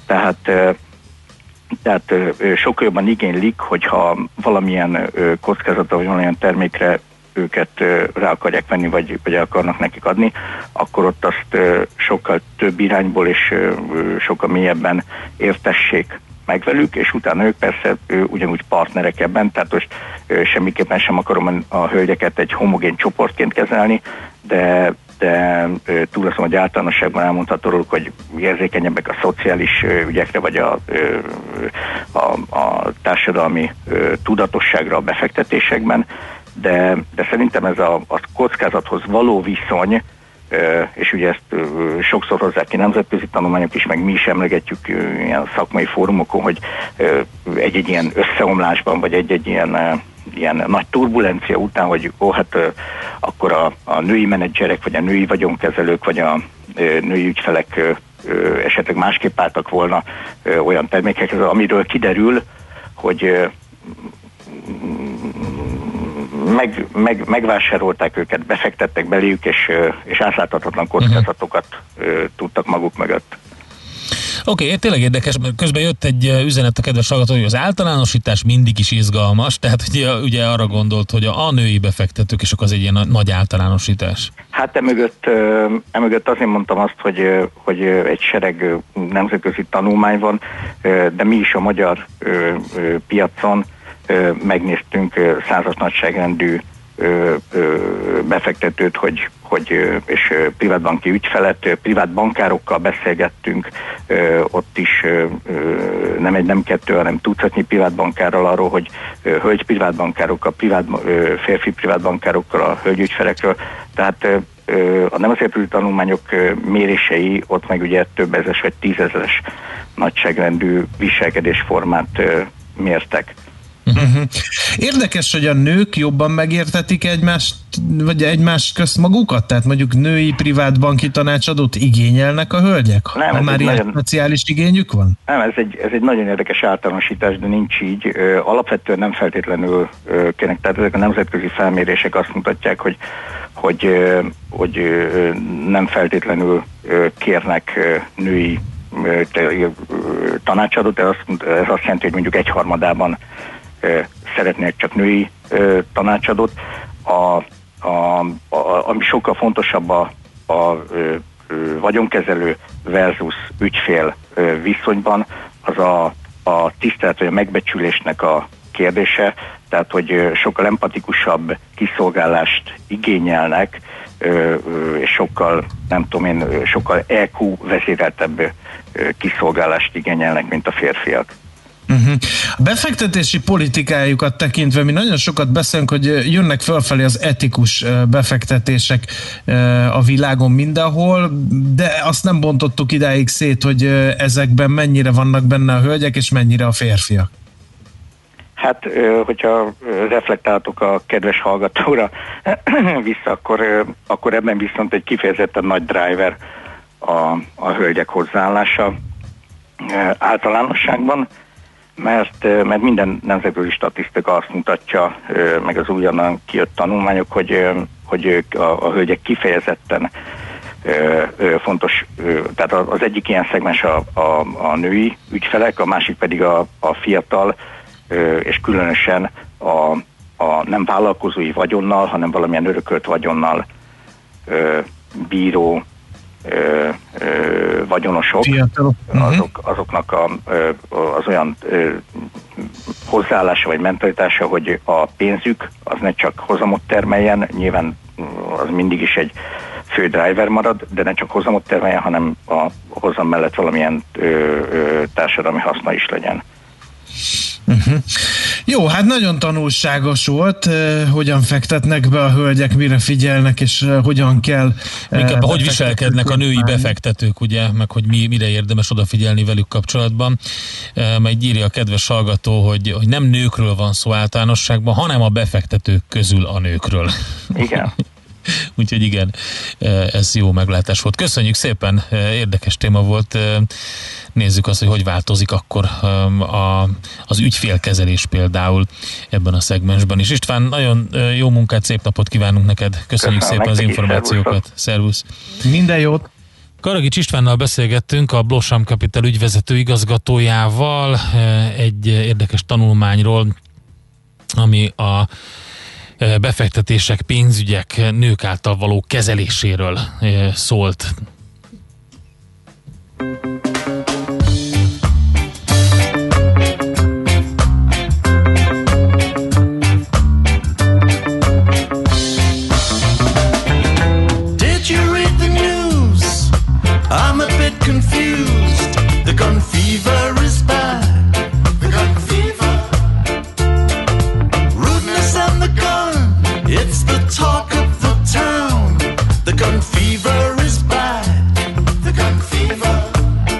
Tehát sokkal jobban igénylik, hogyha valamilyen kockázatra vagy valamilyen termékre őket rá akarják venni, vagy el akarnak nekik adni, akkor ott azt sokkal több irányból és sokkal mélyebben értessék meg velük, és utána ők persze ugyanúgy partnerek ebben, tehát most semmiképpen sem akarom a hölgyeket egy homogén csoportként kezelni, de túl azon, hogy általánosságban elmondható róluk, hogy érzékenyebbek a szociális ügyekre, vagy a társadalmi tudatosságra a befektetésekben, de szerintem ez a kockázathoz való viszony, és ugye ezt sokszor hozzák ki nemzetközi tanulmányok is, meg mi is emlegetjük ilyen szakmai fórumokon, hogy egy-egy ilyen összeomlásban, vagy egy-egy ilyen ilyen nagy turbulencia után, hogy akkor a női menedzserek, vagy a női vagyonkezelők, vagy a női ügyfelek esetleg másképp álltak volna olyan termékekhez, amiről kiderül, hogy megvásárolták őket, befektettek beléjük, és átláthatatlan kockázatokat tudtak maguk mögött. Oké, tényleg érdekes, mert közben jött egy üzenet a kedves hallgató, hogy az általánosítás mindig is izgalmas, tehát ugye arra gondolt, hogy a női befektetők, és akkor az egy ilyen nagy általánosítás. Hát emögött azért mondtam azt, hogy egy sereg nemzetközi tanulmány van, de mi is a magyar piacon megnéztünk 100-as nagyságrendű befektetőt, és privátbanki ügyfelet, privátbankárokkal beszélgettünk, ott is nem kettő, hanem tucatnyi privátbankárral arról, hogy hölgy privátbankárokkal, férfi privátbankárokkal, a hölgyügyfelekről. Tehát a nemzetközi tanulmányok mérései ott meg ugye több ezres vagy 10 000-es nagyságrendű viselkedésformát mértek. Uh-huh. Érdekes, hogy a nők jobban megértetik egymást, vagy egymás közt magukat? Tehát mondjuk női privát banki tanácsadót igényelnek a hölgyek? Nem, ha már ilyen speciális igényük van? Nem, ez egy nagyon érdekes általánosítás, de nincs így. Alapvetően nem feltétlenül kérnek. Tehát ezek a nemzetközi felmérések azt mutatják, hogy nem feltétlenül kérnek női tanácsadót, ez azt jelenti, hogy mondjuk 1/3 szeretnék csak női tanácsadót. Ami sokkal fontosabb a vagyonkezelő versus ügyfél viszonyban, az a tisztelet vagy a megbecsülésnek a kérdése, tehát hogy sokkal empatikusabb kiszolgálást igényelnek, és sokkal, sokkal EQ vezéreltebb kiszolgálást igényelnek, mint a férfiak. Uh-huh. A befektetési politikájukat tekintve mi nagyon sokat beszélünk, hogy jönnek felfelé az etikus befektetések a világon mindenhol, de azt nem bontottuk idáig szét, hogy ezekben mennyire vannak benne a hölgyek, és mennyire a férfiak. Hát, hogyha reflektáltok a kedves hallgatóra vissza, akkor ebben viszont egy kifejezetten nagy driver a hölgyek hozzáállása általánosságban, mert minden nemzetközi statisztika azt mutatja, meg az újonnan kijött tanulmányok, hogy a hölgyek kifejezetten fontos, tehát az egyik ilyen szegmens a női ügyfelek, a másik pedig a fiatal, és különösen a nem vállalkozói vagyonnal, hanem valamilyen örökölt vagyonnal bíró vagyonosok, azoknak az olyan hozzáállása vagy mentalitása, hogy a pénzük az ne csak hozamot termeljen, nyilván az mindig is egy fő driver marad, de ne csak hozamot termeljen, hanem a hozam mellett valamilyen társadalmi haszna is legyen. Uh-huh. Jó, hát nagyon tanulságos volt, hogyan fektetnek be a hölgyek, mire figyelnek, és hogyan kell... hogy viselkednek a női befektetők, ugye, meg hogy mire érdemes odafigyelni velük kapcsolatban. Meg írja a kedves hallgató, hogy nem nőkről van szó általánosságban, hanem a befektetők közül a nőkről. Igen. Úgyhogy igen, ez jó meglátás volt. Köszönjük szépen, érdekes téma volt. Nézzük azt, hogy változik akkor az ügyfélkezelés például ebben a szegmensben is. István, nagyon jó munkát, szép napot kívánunk neked. Köszönjük szépen az információkat. Szervusz. Minden jót. Karagics Istvánnal beszélgettünk, a Blossam Capital ügyvezető igazgatójával egy érdekes tanulmányról, ami a befektetések, pénzügyek nők által való kezeléséről szólt. Did you read the news? I'm a bit confused. The gun fever is bad. The gun fever. Rudeness and the gun, it's the talk of the town. The gun fever is bad. The gun fever.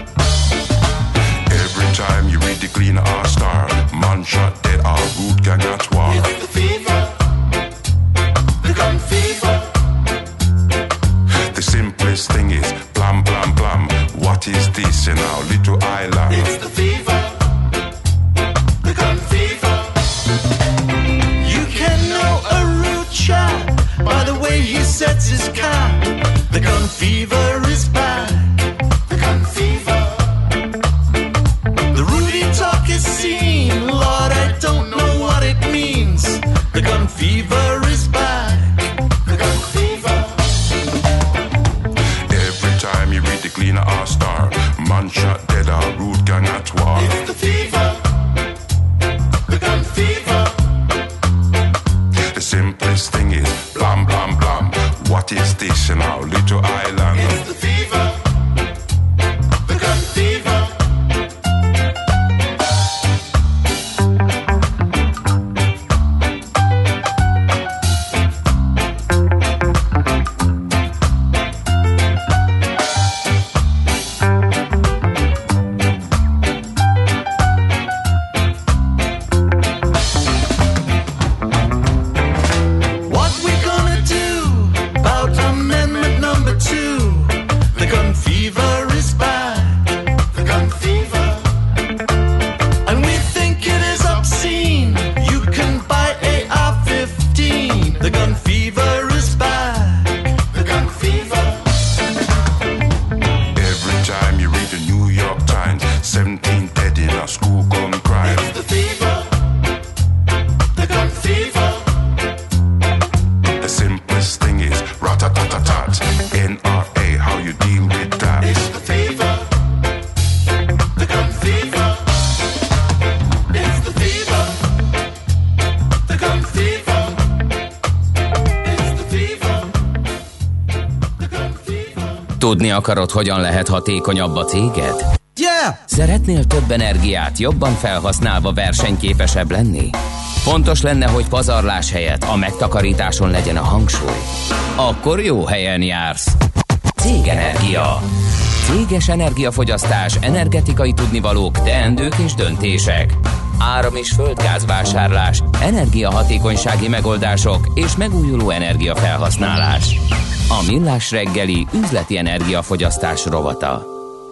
Tudni akarod, hogyan lehet hatékonyabb a céged? Yeah! Szeretnél több energiát jobban felhasználva versenyképesebb lenni? Fontos lenne, hogy pazarlás helyett a megtakarításon legyen a hangsúly. Akkor jó helyen jársz. Cégenergia. Céges energiafogyasztás, energetikai tudnivalók, teendők és döntések. Áram- és földgázvásárlás, energiahatékonysági megoldások és megújuló energiafelhasználás. A Millás reggeli üzleti energiafogyasztás rovata.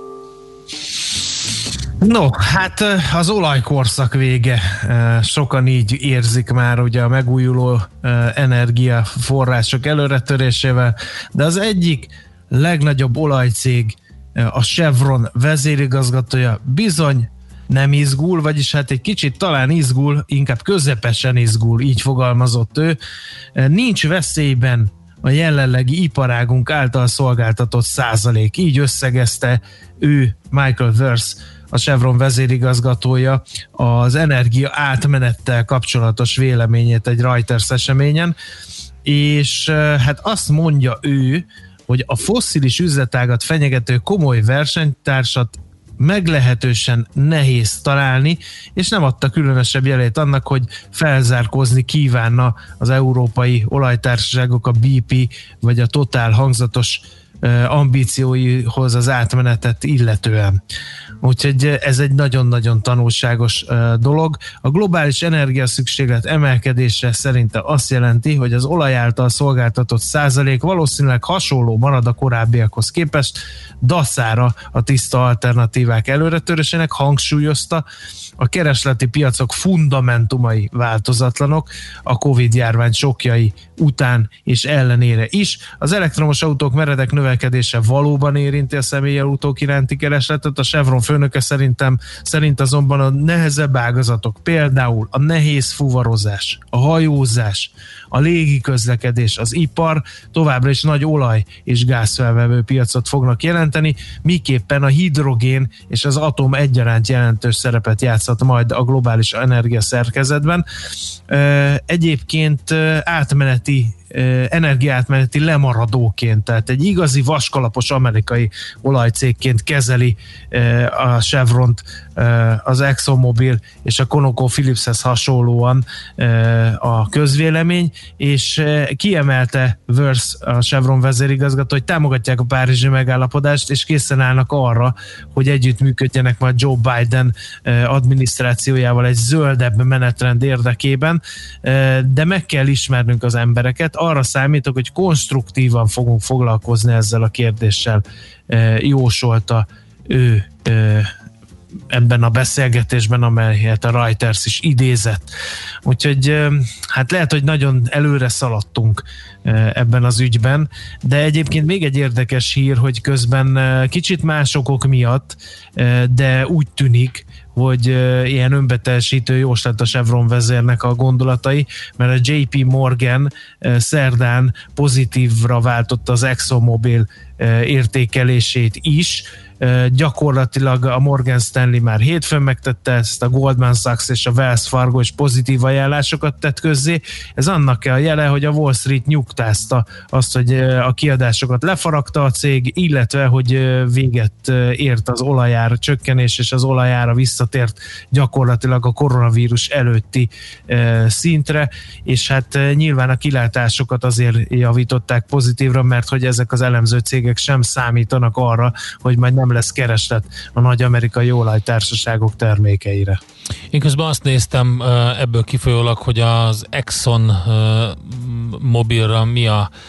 No, hát az olajkorszak vége. Sokan így érzik már ugye a megújuló energiaforrások előretörésével, de az egyik legnagyobb olajcég, a Chevron vezérigazgatója bizony nem izgul, vagyis hát egy kicsit talán izgul, inkább közepesen izgul, így fogalmazott ő. Nincs veszélyben a jelenlegi iparágunk által szolgáltatott százalék. Így összegezte ő, Michael Wirtz, a Chevron vezérigazgatója az energia átmenettel kapcsolatos véleményét egy Reuters eseményen, és hát azt mondja ő, hogy a fosszilis üzletágat fenyegető komoly versenytársat meglehetősen nehéz találni, és nem adta különösebb jelét annak, hogy felzárkózni kívánna az európai olajtársaságok, a BP vagy a Total hangzatos ambícióihoz az átmenetet illetően. Úgyhogy ez egy nagyon-nagyon tanulságos dolog. A globális energiaszükséglet emelkedése szerinte azt jelenti, hogy az olaj által szolgáltatott százalék valószínűleg hasonló marad a korábbiakhoz képest, dacára a tiszta alternatívák előretörésének, hangsúlyozta. A keresleti piacok fundamentumai változatlanok a Covid-járvány sokjai után és ellenére is. Az elektromos autók meredek növekedése valóban érinti a személyautók iránti keresletet. A Chevron főnöke szerint azonban a nehezebb ágazatok, például a nehéz fuvarozás, a hajózás, a légiközlekedés, az ipar továbbra is nagy olaj- és gázfelvevő piacot fognak jelenteni, miképpen a hidrogén és az atom egyaránt jelentős szerepet játszhat majd a globális energiaszerkezetben. Egyébként energiaátmeneti lemaradóként, tehát egy igazi vaskalapos amerikai olajcégként kezeli a Chevront az ExxonMobil és a ConocoPhillipshez hasonlóan a közvélemény, és kiemelte Wirtz, a Chevron vezérigazgató, hogy támogatják a párizsi megállapodást, és készen állnak arra, hogy együttműködjenek majd Joe Biden adminisztrációjával egy zöldebb menetrend érdekében, de meg kell ismernünk az embereket. Arra számítok, hogy konstruktívan fogunk foglalkozni ezzel a kérdéssel, jósolta ő ebben a beszélgetésben, amelyet a Reuters is idézett. Úgyhogy hát lehet, hogy nagyon előre szaladtunk ebben az ügyben, de egyébként még egy érdekes hír, hogy közben kicsit más okok miatt, de úgy tűnik, hogy ilyen önbeteljesítő jóslat a Chevron vezérnek a gondolatai, mert a JP Morgan szerdán pozitívra váltotta az ExxonMobil értékelését is. Gyakorlatilag a Morgan Stanley már hétfőn megtette ezt, a Goldman Sachs és a Wells Fargo is pozitív ajánlásokat tett közzé. Ez annak a jele, hogy a Wall Street nyugtázta azt, hogy a kiadásokat lefaragta a cég, illetve hogy véget ért az olajár csökkenés, és az olajára visszatért gyakorlatilag a koronavírus előtti szintre, és hát nyilván a kilátásokat azért javították pozitívra, mert hogy ezek az elemző cégek sem számítanak arra, hogy majd nem lesz kereslet a nagy amerikai olajtársaságok termékeire. Én közben azt néztem ebből kifolyólag, hogy az Exxon Mobilra mi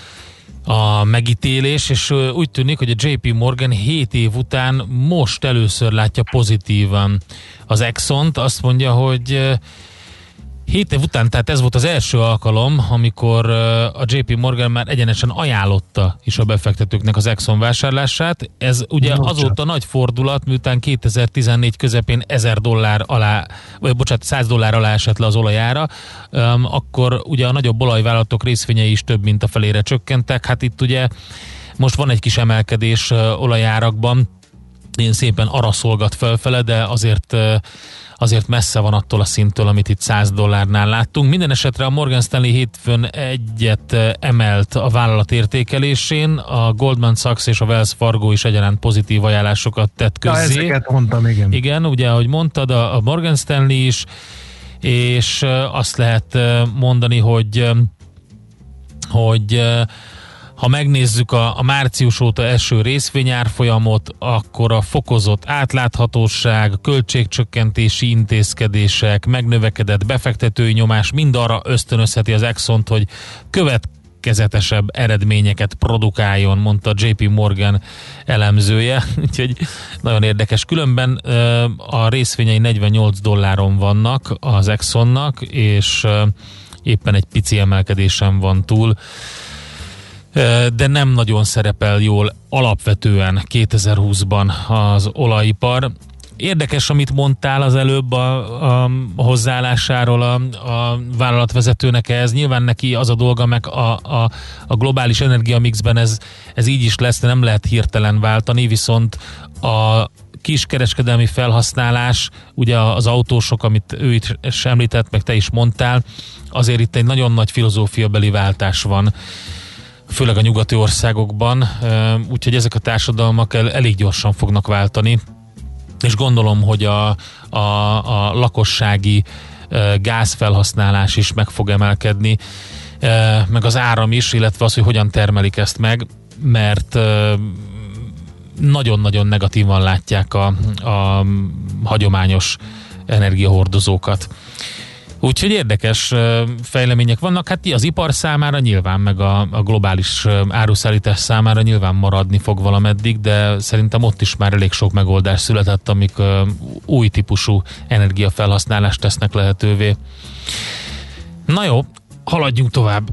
a megítélés, és úgy tűnik, hogy a JP Morgan 7 év után most először látja pozitívan az Exxont. Azt mondja, hogy 7 év után, tehát ez volt az első alkalom, amikor a JP Morgan már egyenesen ajánlotta is a befektetőknek az Exxon vásárlását. Ez ugye azóta nagy fordulat, miután 2014 közepén $100 alá, vagy bocsánat, $100 alá esett le az olajára, akkor ugye a nagyobb olajvállalatok részvényei is több mint a felére csökkentek. Hát itt ugye most van egy kis emelkedés olajárakban, én szépen araszolgat felfele, de azért messze van attól a szinttől, amit itt $100 láttunk. Minden esetre a Morgan Stanley hétfőn egyet emelt a vállalat értékelésén, a Goldman Sachs és a Wells Fargo is egyaránt pozitív ajánlásokat tett közzé. Ezeket mondtam, igen. Igen, ugye, ahogy mondtad, a Morgan Stanley is, és azt lehet mondani, hogy ha megnézzük a március óta eső részvényárfolyamot, akkor a fokozott átláthatóság, költségcsökkentési intézkedések, megnövekedett befektetői nyomás mind arra ösztönözheti az Exxont, hogy következetesebb eredményeket produkáljon, mondta JP Morgan elemzője. Úgyhogy nagyon érdekes. Különben a részvényei $48 vannak az Exxonnak, és éppen egy pici emelkedésen van túl, de nem nagyon szerepel jól alapvetően 2020-ban az olajipar. Érdekes, amit mondtál az előbb a hozzáállásáról a vállalatvezetőnek ehhez. Nyilván neki az a dolga, meg a globális energiamixben ez így is lesz, de nem lehet hirtelen váltani, viszont a kiskereskedelmi felhasználás, ugye az autósok, amit ő is említett, meg te is mondtál, azért itt egy nagyon nagy filozófiabeli váltás van, főleg a nyugati országokban, úgyhogy ezek a társadalmak elég gyorsan fognak váltani, és gondolom, hogy a lakossági gázfelhasználás is meg fog emelkedni, meg az áram is, illetve az, hogy hogyan termelik ezt meg, mert nagyon-nagyon negatívan látják a hagyományos energiahordozókat. Úgyhogy érdekes fejlemények vannak, hát az ipar számára nyilván, meg a globális áruszállítás számára nyilván maradni fog valameddig, de szerintem ott is már elég sok megoldás született, amik új típusú energiafelhasználást tesznek lehetővé. Na jó, haladjunk tovább.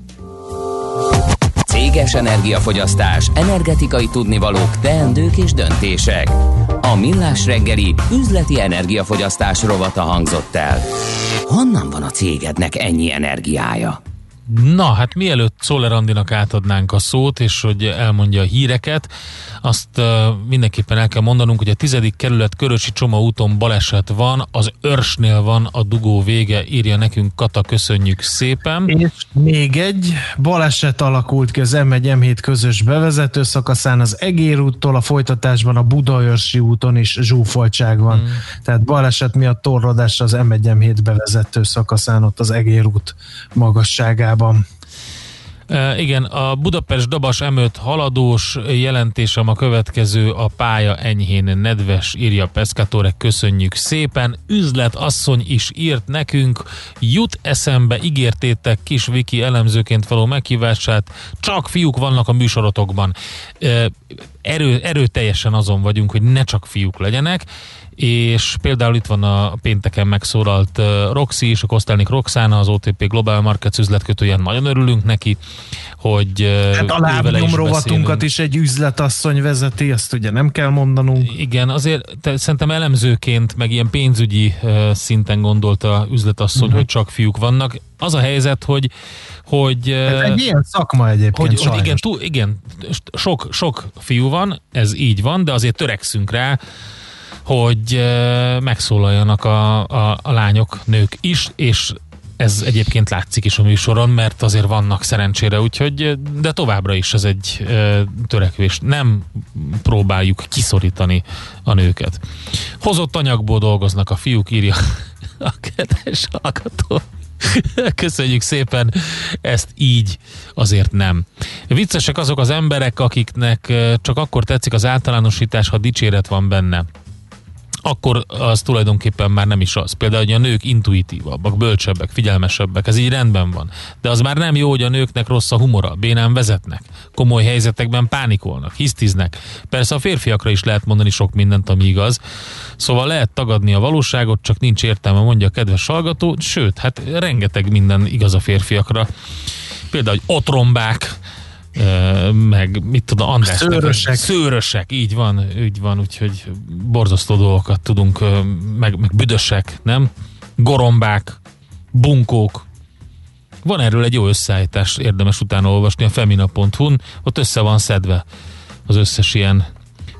Céges energiafogyasztás, energetikai tudnivalók, teendők és döntések. A Millás reggeli üzleti energiafogyasztás rovata hangzott el. Honnan van a cégednek ennyi energiája? Na, hát mielőtt Czoller Andinak átadnánk a szót, és hogy elmondja a híreket, azt mindenképpen el kell mondanunk, hogy a 10. kerület Körösi Csoma úton baleset van, az Örsnél van a dugó vége, írja nekünk Kata, köszönjük szépen. És még egy baleset alakult ki az M1-M7 közös bevezető szakaszán, az Egér úttól a folytatásban a Budaörsi úton is zsúfoltság van. Tehát baleset miatt torlódás az M1-M7 bevezető szakaszán, ott az Egér út magasságában. Igen, a Budapest-Dabas M5 haladós, jelentésem a következő, a pálya enyhén nedves, írja Pescatore, köszönjük szépen. Üzletasszony is írt nekünk, jut eszembe, ígértétek kis Viki elemzőként való meghívását, csak fiúk vannak a műsorotokban. Erőteljesen azon vagyunk, hogy ne csak fiúk legyenek, és például itt van a pénteken megszólalt Roxy és a Kostelnik Roxana, az OTP Global Markets üzletkötője, nagyon örülünk neki, hogy hát a lábnyom rovatunkat is egy üzletasszony vezeti, azt ugye nem kell mondanunk. Igen, azért szerintem elemzőként, meg ilyen pénzügyi szinten gondolta üzletasszony, hogy csak fiúk vannak. Az a helyzet, hogy ez egy ilyen szakma egyébként, hogy igen, sok fiú van, ez így van, de azért törekszünk rá, hogy megszólaljanak a lányok, nők is, és ez egyébként látszik is a műsoron, mert azért vannak szerencsére, úgyhogy, de továbbra is ez egy törekvés. Nem próbáljuk kiszorítani a nőket. Hozott anyagból dolgoznak a fiúk, írja a kedves hallgató. Köszönjük szépen, ezt így azért nem. Viccesek azok az emberek, akiknek csak akkor tetszik az általánosítás, ha dicséret van benne. Akkor az tulajdonképpen már nem is az. Például, hogy a nők intuitívabbak, bölcsebbek, figyelmesebbek, ez így rendben van. De az már nem jó, hogy a nőknek rossz a humora, bénán vezetnek, komoly helyzetekben pánikolnak, hisztiznek. Persze a férfiakra is lehet mondani sok mindent, ami igaz. Szóval lehet tagadni a valóságot, csak nincs értelme, mondja a kedves hallgató. Sőt, hát rengeteg minden igaz a férfiakra. Például, hogy otrombák, meg mit tudom, András, szőrösek, így van, úgyhogy borzasztó dolgokat tudunk, meg büdösek, nem? Gorombák, bunkók. Van erről egy jó összeállítás, érdemes utána olvasni a femina.hu-n, ott össze van szedve az összes ilyen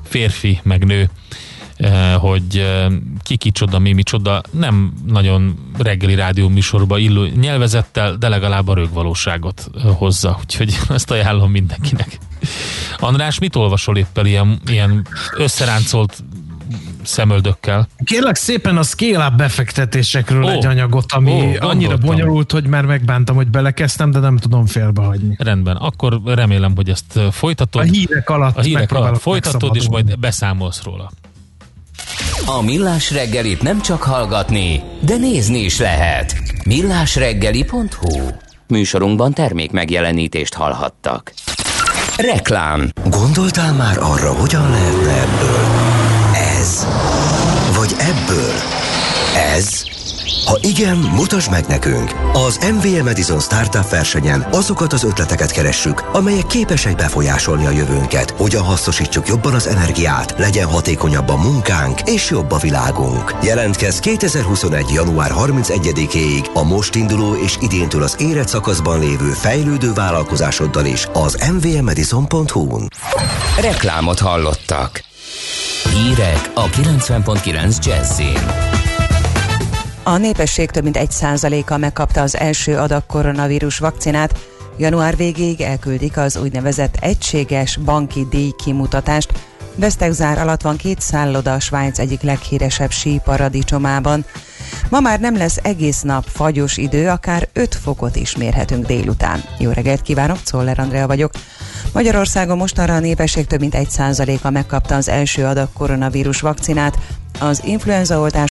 férfi meg nő, hogy ki kicsoda, mi micsoda, nem nagyon reggeli rádió műsorba illő nyelvezettel, de legalább a rögvalóságot hozza, úgyhogy ezt ajánlom mindenkinek. András, mit olvasol éppen ilyen összeráncolt szemöldökkel? Kérlek szépen a scale-up befektetésekről egy anyagot, ami annyira bonyolult, hogy már megbántam, hogy belekezdtem, de nem tudom félbehagyni. Rendben, akkor remélem, hogy ezt folytatod. A hírek alatt folytatod, és majd beszámolsz róla. A Millás reggelit nem csak hallgatni, de nézni is lehet. millásreggeli.hu. Műsorunkban termék megjelenítést hallhattak. Reklám. Gondoltál már arra, hogyan lehetne ebből ez? Vagy ebből ez? Ha igen, mutasd meg nekünk! Az MVM Edison Startup versenyen azokat az ötleteket keressük, amelyek képesek befolyásolni a jövőnket, hogyan hasznosítsuk jobban az energiát, legyen hatékonyabb a munkánk és jobb a világunk. Jelentkezz 2021. január 31-éig a most induló és idéntől az érett szakaszban lévő fejlődő vállalkozásoddal is az mvmedison.hu-n. Reklámot hallottak. Hírek a 90.9 Jazzin. A népesség több mint 1%-a megkapta az első adag koronavírus vakcinát. Január végéig elküldik az úgynevezett egységes banki díj kimutatást. Vesztegzár alatt van 2 szálloda a Svájc egyik leghíresebb síparadicsomában. Ma már nem lesz egész nap fagyos idő, akár 5 fokot is mérhetünk délután. Jó reggelt kívánok, Czoller Andrea vagyok. Magyarországon mostanra a népesség több mint 1%-a megkapta az első adag koronavírus vakcinát. Az influenzaoltás